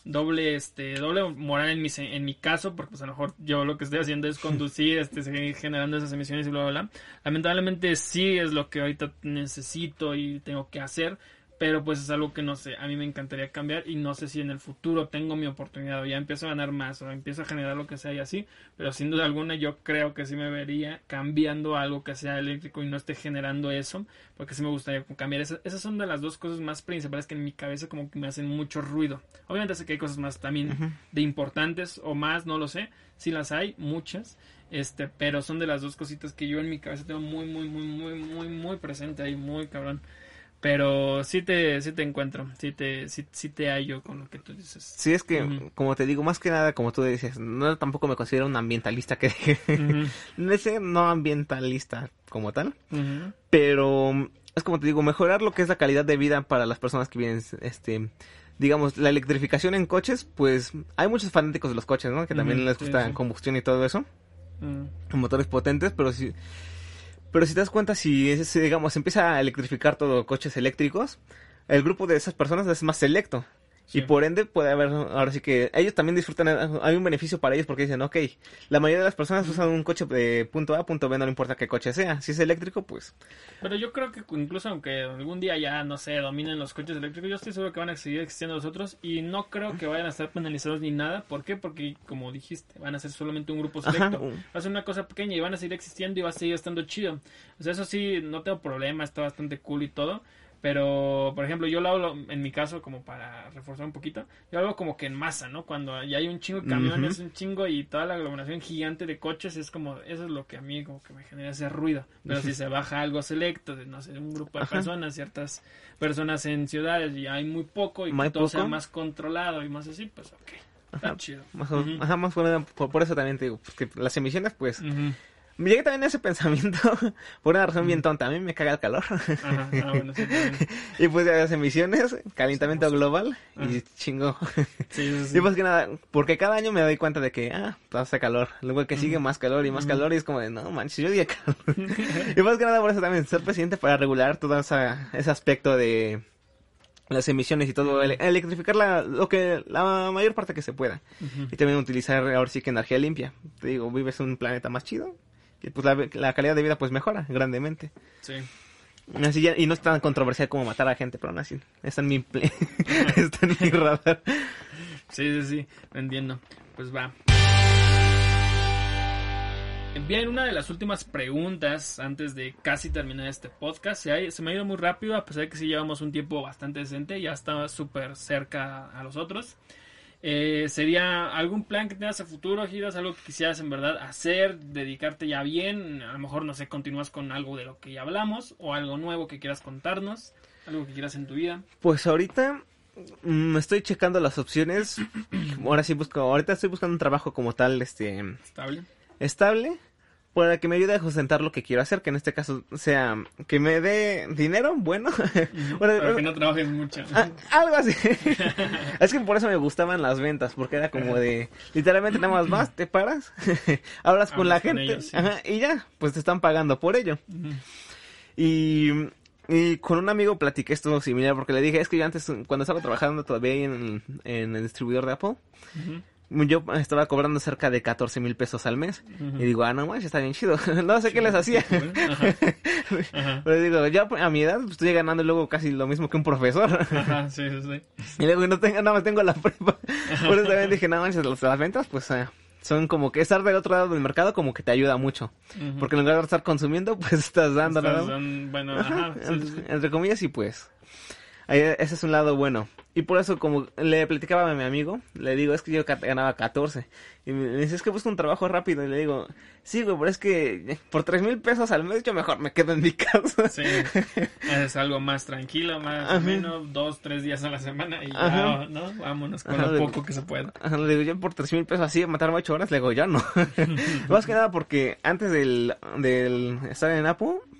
doble moral en mi caso, porque pues a lo mejor yo lo que estoy haciendo es conducir, seguir generando esas emisiones y bla, bla, bla. Lamentablemente sí es lo que ahorita necesito y tengo que hacer, pero pues es algo que no sé, a mí me encantaría cambiar y no sé si en el futuro tengo mi oportunidad o ya empiezo a ganar más o empiezo a generar lo que sea y así, pero sin duda alguna yo creo que sí me vería cambiando a algo que sea eléctrico y no esté generando eso, porque sí me gustaría cambiar. Esas son de las dos cosas más principales que en mi cabeza como que me hacen mucho ruido. Obviamente sé que hay cosas más también de importantes o más, no lo sé, sí las hay, muchas, pero son de las dos cositas que yo en mi cabeza tengo muy presente ahí, muy cabrón. Pero sí te encuentro, sí te hallo con lo que tú dices. Sí, es que, como te digo, más que nada, como tú dices, no tampoco me considero un ambientalista no ambientalista como tal, pero es como te digo, mejorar lo que es la calidad de vida para las personas que vienen, digamos, la electrificación en coches, pues hay muchos fanáticos de los coches, ¿no? Que también les gusta combustión y todo eso, motores potentes, pero sí. Pero si te das cuenta, si digamos empieza a electrificar todo coches eléctricos, el grupo de esas personas es más selecto. Sí. Y por ende puede haber, ahora sí que ellos también disfrutan, hay un beneficio para ellos porque dicen, ok, la mayoría de las personas usan un coche de punto A a punto B, no le importa qué coche sea. Si es eléctrico, pues... Pero yo creo que incluso aunque algún día ya, no sé, dominen los coches eléctricos, yo estoy seguro que van a seguir existiendo los otros y no creo que vayan a estar penalizados ni nada. ¿Por qué? Porque, como dijiste, van a ser solamente un grupo selecto. Va a ser una cosa pequeña y van a seguir existiendo y va a seguir estando chido. O sea, eso sí, no tengo problema, está bastante cool y todo. Pero, por ejemplo, yo lo hablo, en mi caso, como para reforzar un poquito, yo hablo como que en masa, ¿no? Cuando ya hay un chingo de camiones, un chingo y toda la aglomeración gigante de coches, es como, eso es lo que a mí como que me genera ese ruido. Pero si se baja algo selecto, de, no sé, un grupo de personas, ciertas personas en ciudades y hay muy poco y que todo sea más controlado y más así, pues ok, está chido. Más por eso también te digo, porque las emisiones, pues... Me llegué también a ese pensamiento por una razón bien tonta. A mí me caga el calor. Bueno, sí, y pues ya las emisiones, calentamiento global y chingo. Sí. Y pues que nada, porque cada año me doy cuenta de que, hace calor. Luego que sigue más calor y más calor y es como de, no manches, yo diría calor. Y pues que nada, por eso también ser presidente para regular todo ese aspecto de las emisiones y todo, electrificar la mayor parte que se pueda. Y también utilizar ahora sí que energía limpia. Te digo, vives en un planeta más chido. Y pues la calidad de vida pues mejora grandemente. Sí. Así ya, y no es tan controversial como matar a gente, pero aún así está en mi está en mi radar. Sí, lo entiendo. Pues va. Bien, una de las últimas preguntas antes de casi terminar este podcast. Se me ha ido muy rápido, a pesar de que sí llevamos un tiempo bastante decente. Ya estaba súper cerca a los otros. Sería algún plan que tengas a futuro, Giras, algo que quisieras en verdad hacer, dedicarte ya bien, a lo mejor no sé, continúas con algo de lo que ya hablamos o algo nuevo que quieras contarnos, algo que quieras en tu vida. Pues ahorita estoy checando las opciones. Ahorita estoy buscando un trabajo como tal, estable para que me ayude a sustentar lo que quiero hacer, que en este caso sea que me dé dinero, bueno. Pero que no trabajes mucho. Algo así. Es que por eso me gustaban las ventas, porque era como de, literalmente nada más vas, te paras, hablas con la gente, ellos, sí. Y ya, pues te están pagando por ello. Y con un amigo platiqué esto similar, porque le dije, es que yo antes, cuando estaba trabajando todavía en el distribuidor de Apple, yo estaba cobrando cerca de 14,000 pesos al mes. Y digo, no manches, está bien chido. No sé qué les hacía. Pero digo, ya a mi edad estoy ganando luego casi lo mismo que un profesor. Sí. Y luego nada más tengo la prepa. Por eso también dije, no manches, las ventas pues son como que estar del otro lado del mercado como que te ayuda mucho. Porque en lugar de estar consumiendo, pues estás dando. Entre comillas, y pues ese es un lado bueno. Y por eso, como le platicaba a mi amigo, le digo, es que yo ganaba 14. Y me dice, es que busco un trabajo rápido. Y le digo, sí, güey, pero es que por 3,000 pesos al mes yo mejor me quedo en mi casa. Sí, es algo más tranquilo, más o menos 2-3 días a la semana y ya, ¿no? Vámonos con lo poco que se pueda. Le digo, yo por 3,000 pesos así, matarme 8 horas, le digo, ya no. Más que nada porque antes del estar en Apu,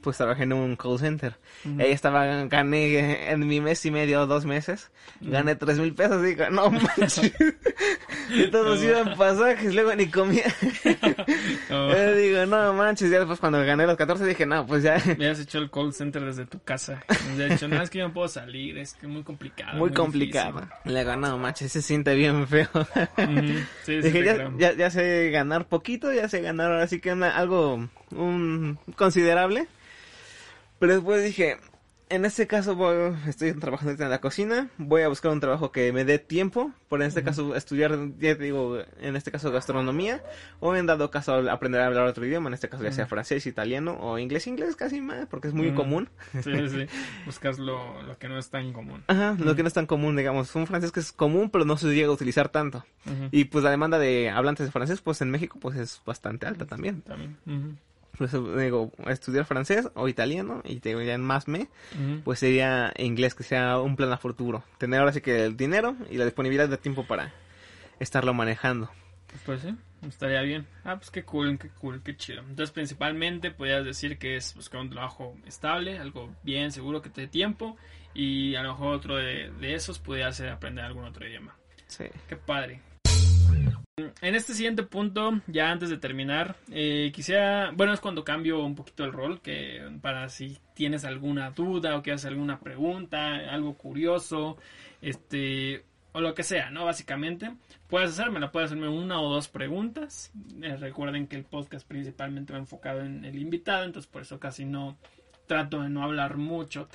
pues trabajé en un call center. Ahí gané en mi mes y medio, 2 meses, gané 3,000 pesos. Y digo, no manches. Y todos iban pasajes, luego ni comía. Digo, no manches. Ya después cuando gané los 14 dije, no, pues ya. Me has hecho el call center desde tu casa. De hecho, no, es que yo no puedo salir, es que es muy complicado. Muy complicado. Difícil. Le digo, no manches, se siente bien feo. Sí, Dije, ya sé ganar poquito, ya sé ganar ahora sí que algo considerable. Pero después dije, en este caso estoy trabajando en la cocina, voy a buscar un trabajo que me dé tiempo, por en este caso estudiar, ya te digo, en este caso gastronomía, o en dado caso aprender a hablar otro idioma, en este caso ya sea francés, italiano o inglés casi más, porque es muy común. Sí, buscas lo que no es tan común. Ajá, lo que no es tan común, digamos, un francés que es común, pero no se llega a utilizar tanto. Y pues la demanda de hablantes de francés, pues en México, pues es bastante alta también. Pues digo, estudiar francés o italiano, y te digo, ya en pues sería inglés, que sea un plan a futuro. Tener ahora sí que el dinero y la disponibilidad de tiempo para estarlo manejando. Pues sí, estaría bien. Pues qué cool, qué chido. Entonces principalmente podrías decir que es buscar un trabajo estable, algo bien seguro que te dé tiempo, y a lo mejor otro de esos podría ser aprender algún otro idioma. Sí. Qué padre. En este siguiente punto, ya antes de terminar, quisiera, bueno, es cuando cambio un poquito el rol, que para si tienes alguna duda o quieres alguna pregunta, algo curioso, o lo que sea, ¿no? Básicamente, puedes hacerme 1 o 2 preguntas. Recuerden que el podcast principalmente va enfocado en el invitado, entonces por eso casi no trato de no hablar mucho,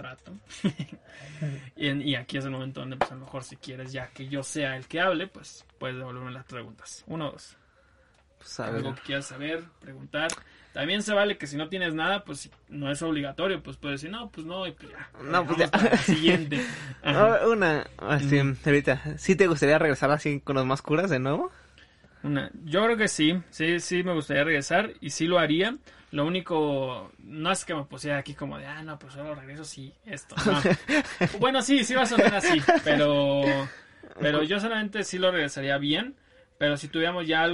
y aquí es el momento donde pues a lo mejor si quieres ya que yo sea el que hable, pues puedes devolverme las preguntas. 1 o 2. Pues algo que quieras saber, preguntar. También se vale que si no tienes nada, pues no es obligatorio, pues puedes decir, no, pues no, y pues ya. No, pues ya. Siguiente. Así, ahorita, ¿sí te gustaría regresar así con los más curas de nuevo? Yo creo que sí me gustaría regresar y sí lo haría. Lo único, no es que me pusiera aquí como de, no, pues solo regreso sí, esto. No. Bueno, sí va a sonar así, pero yo solamente sí lo regresaría bien. Pero si tuviéramos ya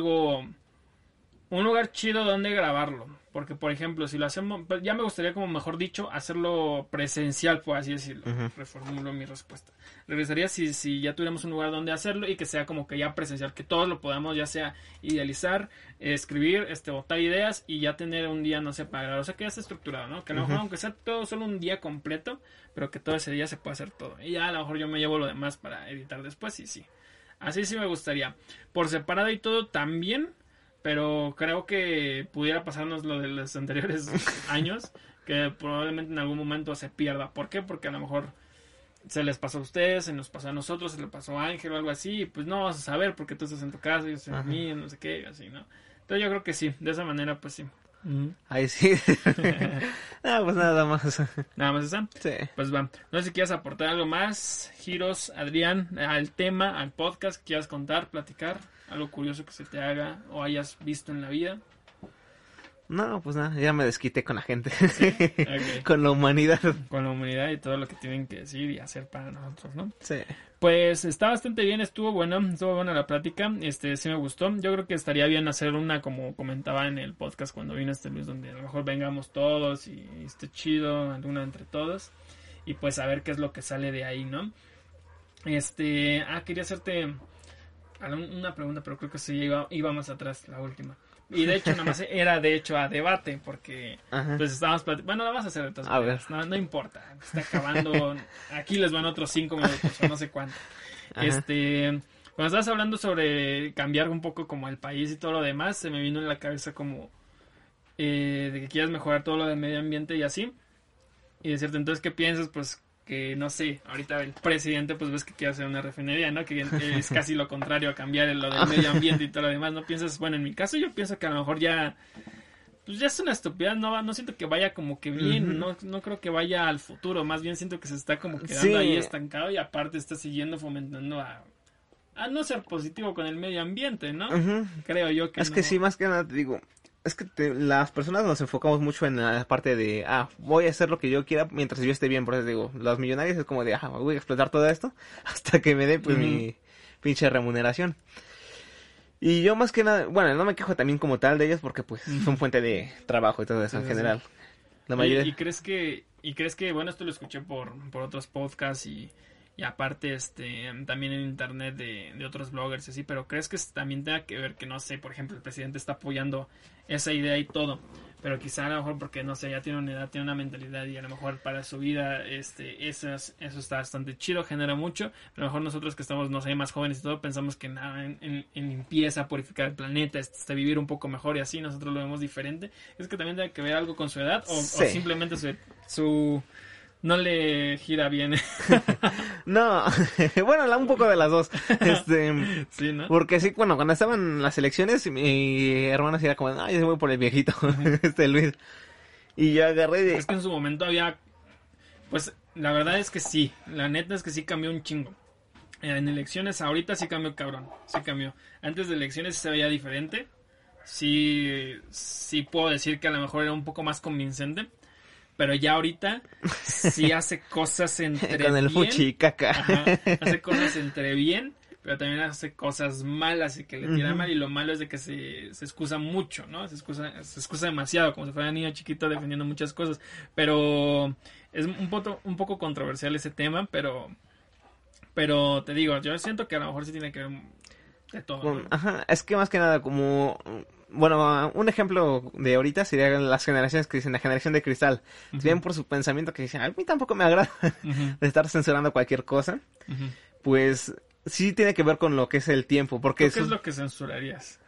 un lugar chido donde grabarlo. Porque, por ejemplo, si lo hacemos, ya me gustaría, como mejor dicho, hacerlo presencial, por así decirlo. Reformulo mi respuesta. Regresaría si ya tuviéramos un lugar donde hacerlo y que sea como que ya presencial, que todos lo podamos ya sea idealizar, escribir, botar ideas y ya tener un día, no sé, para grabar. O sea, que ya esté estructurado, ¿no? Que a lo mejor, aunque sea todo solo un día completo, pero que todo ese día se pueda hacer todo. Y ya a lo mejor yo me llevo lo demás para editar después y sí. Así sí me gustaría. Por separado y todo también. Pero creo que pudiera pasarnos lo de los anteriores años, que probablemente en algún momento se pierda. ¿Por qué? Porque a lo mejor se les pasó a ustedes, se nos pasó a nosotros, se le pasó a Ángel o algo así, y pues no vas a saber porque tú estás en tu casa, yo estoy en mí, no sé qué, así, ¿no? Entonces yo creo que sí, de esa manera pues sí. Ahí sí. Pues nada más. ¿Nada más esa? Sí. Pues va. No sé si quieres aportar algo más, Giros, Adrián, al tema, al podcast, quieras contar, platicar, algo curioso que se te haga o hayas visto en la vida. No, pues nada, ya me desquité con la gente. ¿Sí? Okay. Con la humanidad. Con la humanidad y todo lo que tienen que decir y hacer para nosotros, ¿no? Sí. Pues está bastante bien, estuvo buena la plática, sí me gustó. Yo creo que estaría bien hacer una, como comentaba en el podcast cuando vino Luis, donde a lo mejor vengamos todos y esté chido, alguna entre todos, y pues a ver qué es lo que sale de ahí, ¿no? Quería hacerte una pregunta, pero creo que sí iba más atrás, la última. Y de hecho, nada más era a debate, porque pues estábamos platicando. Bueno, la vas a hacer de todas maneras, no importa. Está acabando. Aquí les van otros 5 minutos, o no sé cuánto. Cuando estabas hablando sobre cambiar un poco como el país y todo lo demás, se me vino en la cabeza como de que quieras mejorar todo lo del medio ambiente y así. Y decirte, entonces, ¿qué piensas? Pues que, no sé, ahorita el presidente pues ves que quiere hacer una refinería, ¿no? Que es casi lo contrario a cambiar lo del medio ambiente y todo lo demás. ¿No piensas? Bueno, en mi caso yo pienso que a lo mejor ya es una estupidez, no siento que vaya como que bien, no creo que vaya al futuro, más bien siento que se está como quedando ahí estancado y aparte está siguiendo fomentando a no ser positivo con el medio ambiente, ¿no? Creo yo que es que sí, más que nada te digo, es que las personas nos enfocamos mucho en la parte de, voy a hacer lo que yo quiera mientras yo esté bien. Por eso digo, los millonarios es como de, voy a explotar todo esto hasta que me dé pues mi pinche remuneración. Y yo más que nada, bueno, no me quejo también como tal de ellos porque pues son fuente de trabajo y todo eso en general. La mayoría. ¿Y crees que, bueno, esto lo escuché por otros podcasts y aparte también en internet de otros bloggers y así, pero crees que también tenga que ver que, no sé, por ejemplo, el presidente está apoyando esa idea y todo, pero quizá a lo mejor porque, no sé, ya tiene una edad, tiene una mentalidad y a lo mejor para su vida eso está bastante chido, genera mucho, a lo mejor nosotros que estamos, no sé, más jóvenes y todo, pensamos que nada, en limpieza, purificar el planeta, vivir un poco mejor y así, nosotros lo vemos diferente. ¿Es que también tiene que ver algo con su edad o simplemente su no le gira bien? No, bueno, un poco de las dos. Sí, ¿no? Porque sí, bueno, cuando estaban las elecciones, mi hermano se era como, yo voy por el viejito, Luis. Y yo agarré Es que en su momento había, pues, la verdad es que sí, la neta es que sí cambió un chingo. En elecciones ahorita sí cambió cabrón, sí cambió. Antes de elecciones se veía diferente. Sí puedo decir que a lo mejor era un poco más convincente. Pero ya ahorita sí hace cosas entre con el fuchi caca. Ajá, hace cosas entre bien, pero también hace cosas malas y que le tira mal. Y lo malo es de que se excusa mucho, ¿no? Se excusa demasiado, como si fuera niño chiquito defendiendo muchas cosas. Pero es un poco controversial ese tema, pero te digo, yo siento que a lo mejor sí tiene que ver de todo, ¿no? Ajá, es que más que nada como... Bueno, un ejemplo de ahorita sería las generaciones que dicen la generación de cristal. Si bien por su pensamiento que dicen, a mí tampoco me agrada de estar censurando cualquier cosa, pues sí tiene que ver con lo que es el tiempo. Porque ¿Qué es lo que censurarías?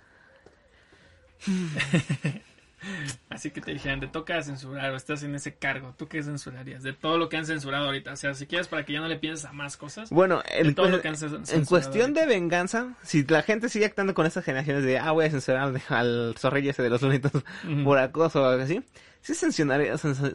Así que te dijeran, te toca censurar o estás en ese cargo, ¿tú qué censurarías? De todo lo que han censurado ahorita, o sea, si quieres para que ya no le pienses a más cosas. Bueno, en cuestión ahorita. De venganza, si la gente sigue actuando con estas generaciones de, voy a censurar al zorrillo ese de los Looney Tunes por acoso o algo así, sí censuraría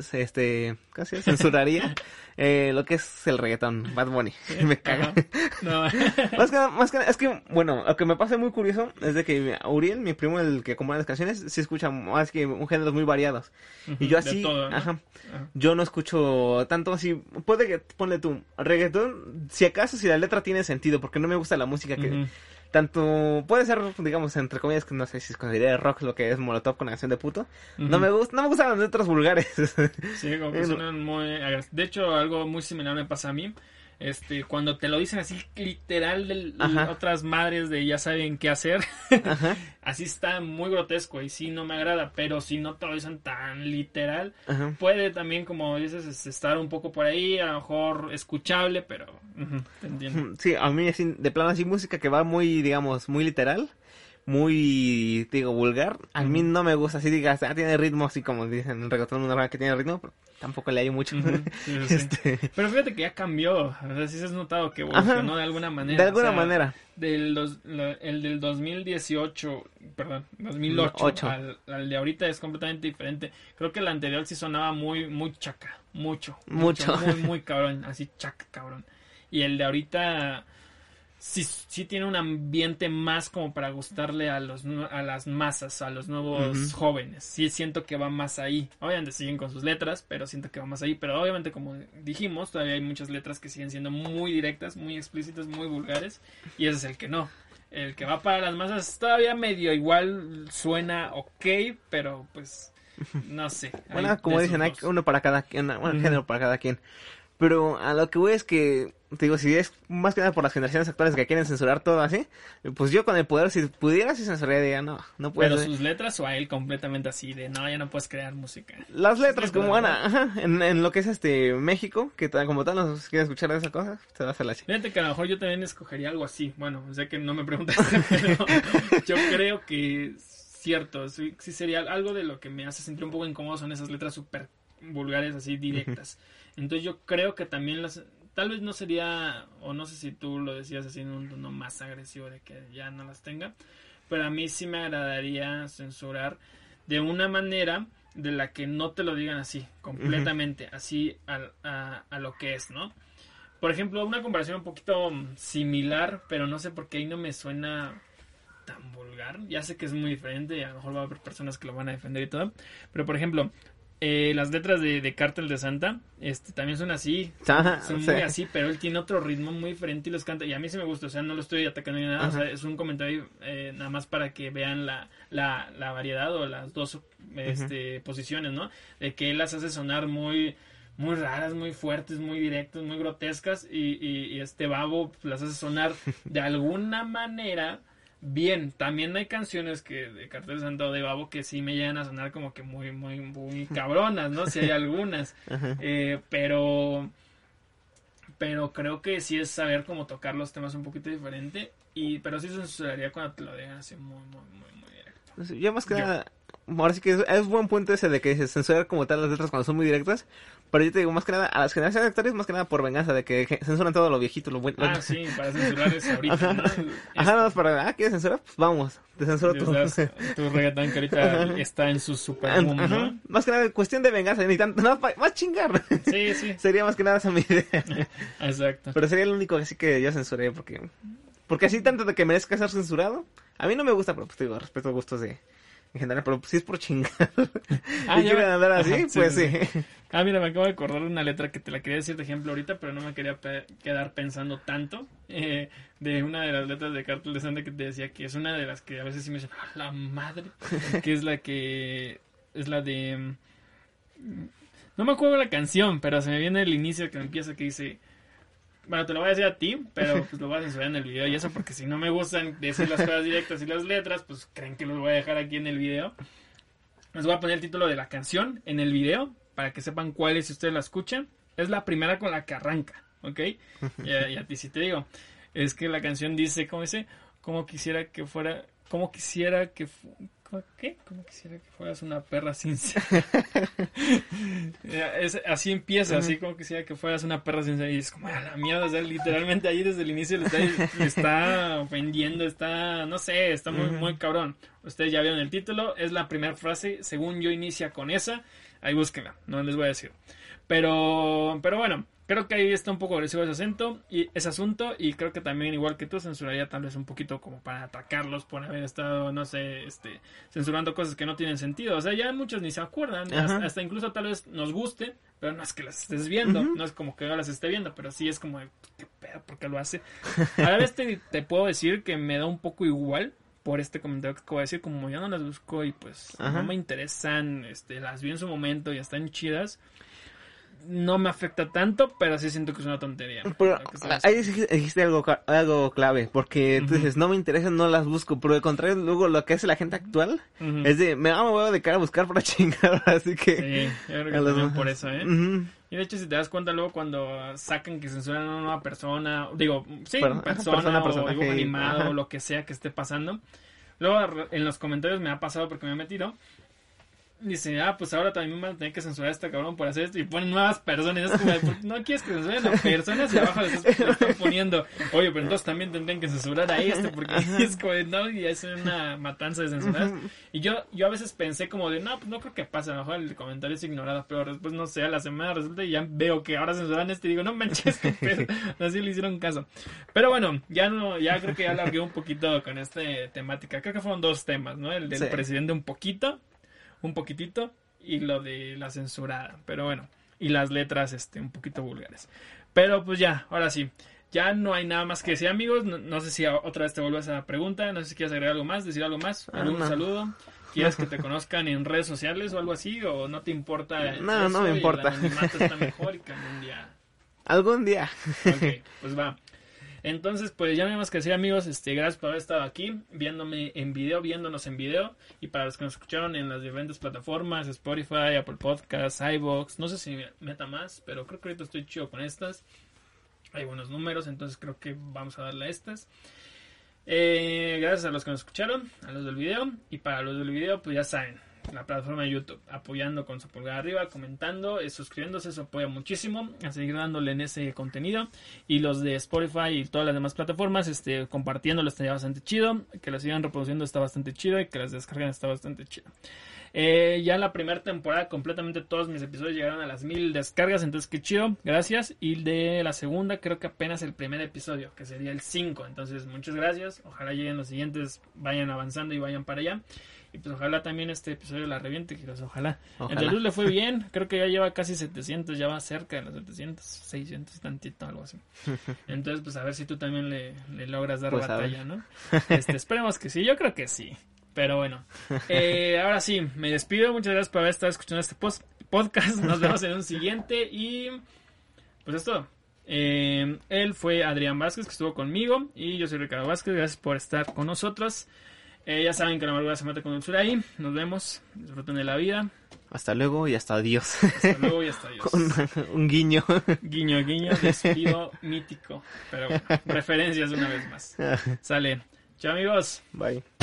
lo que es el reggaetón, Bad Bunny. Me caga. No. más que es que, bueno, lo que me pasa muy curioso es de que Uriel, mi primo, el que compone las canciones, sí escucha más que un géneros muy variados. Y yo así, todo, ¿no? Yo no escucho tanto así. Puede que, ponle tú, reggaetón, si acaso, si la letra tiene sentido, porque no me gusta la música que... Tanto puede ser, digamos, entre comillas, que no sé si se considera rock lo que es Molotov con la canción de puto. No me gustan las letras vulgares. Sí, como que suenan muy... De hecho, algo muy similar me pasa a mí. Cuando te lo dicen así literal otras madres de ya saben qué hacer, así está muy grotesco y sí no me agrada, pero si no te lo dicen tan literal, puede también, como dices, estar un poco por ahí, a lo mejor escuchable, pero te entiendo. Sí, a mí así, de plano así música que va muy, digamos, muy literal, muy, digo, vulgar, a mí no me gusta, así digas, tiene ritmo, así como dicen en el reggaetón, una rama que tiene ritmo, pero tampoco le hay mucho. Sí. Pero fíjate que ya cambió, o sea, sí se has notado que evolucionó de alguna manera. De alguna manera. El del 2018, perdón, 2008 al de ahorita es completamente diferente. Creo que el anterior sí sonaba muy, muy chaca, mucho, muy, muy cabrón, así chaca, cabrón. Y el de ahorita... Sí tiene un ambiente más como para gustarle a las masas, a los nuevos jóvenes. Sí siento que va más ahí. Obviamente siguen con sus letras, pero siento que va más ahí. Pero obviamente, como dijimos, todavía hay muchas letras que siguen siendo muy directas, muy explícitas, muy vulgares. Y ese es el que no. El que va para las masas todavía medio igual suena ok, pero pues no sé. Bueno, como dicen, hay uno para cada quien, género para cada quien. Pero a lo que voy es que, te digo, si es más que nada por las generaciones actuales que quieren censurar todo así, pues yo con el poder, si pudiera, sí censuraría, no puedo. Pero sus letras o a él completamente así, de no, ya no puedes crear música. Las letras, como Ana, en lo que es México, que como tal no quiere escuchar de esa cosa, se va a hacer la chica. Fíjate que a lo mejor yo también escogería algo así, bueno, sé que no me preguntaste, pero yo creo que cierto, sí sería algo de lo que me hace sentir un poco incómodo, son esas letras súper vulgares, así directas. Entonces yo creo que también tal vez no sería, o no sé si tú lo decías así en un tono más agresivo de que ya no las tenga, pero a mí sí me agradaría censurar de una manera de la que no te lo digan así, completamente, así a lo que es, ¿no? Por ejemplo, una comparación un poquito similar, pero no sé por qué ahí no me suena tan vulgar. Ya sé que es muy diferente y a lo mejor va a haber personas que lo van a defender y todo, pero por ejemplo... las letras de Cártel de Santa, también son así, Ajá, son sí. muy así, pero él tiene otro ritmo muy diferente y los canta, y a mí sí me gusta, o sea, no lo estoy atacando ni nada, Ajá. o sea, es un comentario nada más para que vean la variedad o las dos posiciones, ¿no? De que él las hace sonar muy raras, muy fuertes, muy directas, muy grotescas, y Babo las hace sonar de alguna manera bien. También hay canciones que de Cártel de Santa o de Babo que sí me llegan a sonar como que muy cabronas, ¿no? Si hay algunas. Pero creo que sí es saber cómo tocar los temas un poquito diferente. Pero sí censuraría cuando te lo dejan así muy directo. Yo más que nada, ahora sí que es buen punto ese de que se censurar como tal las letras cuando son muy directas, pero yo te digo más que nada a las generaciones actuales, más que nada por venganza de que censuran todo lo viejito, lo bueno. Sí, para censurar eso ahorita, ¿no? Ajá, nada más para, ¿quieres censurar? Pues vamos, te censuro todo. Tu reggaetón que ahorita está en su super boom, ¿no? Más que nada cuestión de venganza, ni tanto, nada más chingar. Sí. Sería más que nada esa mi idea. Exacto. Pero sería el único así que yo censuré, porque así tanto de que merezca ser censurado, a mí no me gusta, pero pues te digo, respeto gustos en general, pero si es por chingar y quieren andar así, pues sí. Mira, me acabo de acordar una letra que te la quería decir de ejemplo ahorita, pero no me quería quedar pensando tanto, de una de las letras de Cártel de Santa que te decía que es una de las que a veces sí me dicen, la madre, que es la de, no me acuerdo la canción, pero se me viene el inicio que empieza que dice, bueno, te lo voy a decir a ti, pero pues lo voy a censurar en el video y eso porque si no me gustan decir las cosas directas y las letras, pues creen que los voy a dejar aquí en el video. Les voy a poner el título de la canción en el video para que sepan cuál es si ustedes la escuchan. Es la primera con la que arranca, ¿ok? Y a ti sí te digo. Es que la canción dice, ¿cómo dice? Como quisiera que fueras una perra sincera. Así empieza, así como quisiera que fueras una perra sincera. Y es como, a la mierda, o sea, literalmente ahí desde el inicio le está ofendiendo, no sé, está muy cabrón. Ustedes ya vieron el título, es la primera frase, según yo inicia con esa. Ahí búsquenla, no les voy a decir. Pero bueno, creo que ahí está un poco agresivo ese asunto y creo que también igual que tú censuraría tal vez un poquito como para atacarlos por haber estado, no sé, censurando cosas que no tienen sentido. O sea, ya muchos ni se acuerdan, hasta incluso tal vez nos guste, pero no es que las estés viendo, no es como que yo las esté viendo, pero sí es como, ¿qué pedo? ¿Por qué lo hace? A la vez te puedo decir que me da un poco igual por este comentario que acabo de decir, como yo no las busco y pues no me interesan, las vi en su momento y están chidas. No me afecta tanto, pero sí siento que es una tontería. Pero ahí dijiste algo clave, porque tú dices, no me interesan, no las busco, pero de contrario, luego lo que hace la gente actual es de, me voy a dedicar a buscar para chingar, así que... Sí, yo creo que también por eso, Y de hecho, si te das cuenta luego cuando sacan que censuran a una nueva persona, digo, sí, persona o dibujo animado o lo que sea que esté pasando, luego en los comentarios me ha pasado porque me he metido. Dice, pues ahora también van a tener que censurar a este cabrón por hacer esto. Y ponen nuevas personas. Es como, no quieres que censuren a personas y abajo les están poniendo, oye, pero entonces también tendrían que censurar a porque es como, no, y es una matanza de censuras. Y yo a veces pensé como de, no, pues no creo que pase, a lo mejor el comentario es ignorado, pero después, no sé, a la semana resulta y ya veo que ahora censuran y digo, no manches, pero así le hicieron caso. Pero bueno, ya creo que ya alargué un poquito con esta temática. Creo que fueron 2 temas, ¿no? El del presidente un poquitito y lo de la censurada, pero bueno, y las letras un poquito vulgares. Pero pues ya, ahora sí, ya no hay nada más que decir, amigos. No sé si otra vez te vuelvo a esa pregunta, no sé si quieres agregar algo más, decir algo más, algún saludo, quieres que te conozcan en redes sociales o algo así, o no te importa. No me importa. El anonimato está mejor y que algún día. Ok, pues va. Entonces, pues ya no hay más que decir, amigos, gracias por haber estado aquí, viéndonos en video, y para los que nos escucharon en las diferentes plataformas, Spotify, Apple Podcasts, iVoox, no sé si meta más, pero creo que ahorita estoy chido con estas, hay buenos números, entonces creo que vamos a darle a estas. Gracias a los que nos escucharon, a los del video, y para los del video, pues ya saben, la plataforma de YouTube, apoyando con su pulgar arriba, comentando, suscribiéndose, eso apoya muchísimo a seguir dándole en ese contenido. Y los de Spotify y todas las demás plataformas, compartiéndolo está bastante chido, que lo sigan reproduciendo está bastante chido, y que las descarguen está bastante chido. Ya en la primera temporada completamente todos mis episodios llegaron a las 1000 descargas, entonces qué chido, gracias. Y de la segunda creo que apenas el primer episodio, que sería el 5, entonces muchas gracias, ojalá lleguen los siguientes, vayan avanzando y vayan para allá. Y pues ojalá también este episodio la reviente, chicos, ojalá. Ojalá. El de Luz le fue bien, creo que ya lleva casi 700, ya va cerca de los 700, 600 tantito, algo así. Entonces, pues a ver si tú también le logras dar Pues, a batalla, ver. ¿no? Esperemos que sí, yo creo que sí. Pero bueno, ahora sí, me despido. Muchas gracias por haber estado escuchando este podcast. Nos vemos en un siguiente y pues es todo. Él fue Adrián Vázquez, que estuvo conmigo, y yo soy Ricardo Vázquez. Gracias por estar con nosotros. Ya saben que la amargura se mata con dulzura ahí. Nos vemos, disfruten de la vida. Hasta luego y hasta adiós. Hasta luego y hasta adiós. Un guiño. Guiño, guiño, despido mítico. Pero bueno, referencias una vez más. Sale. Chao amigos. Bye.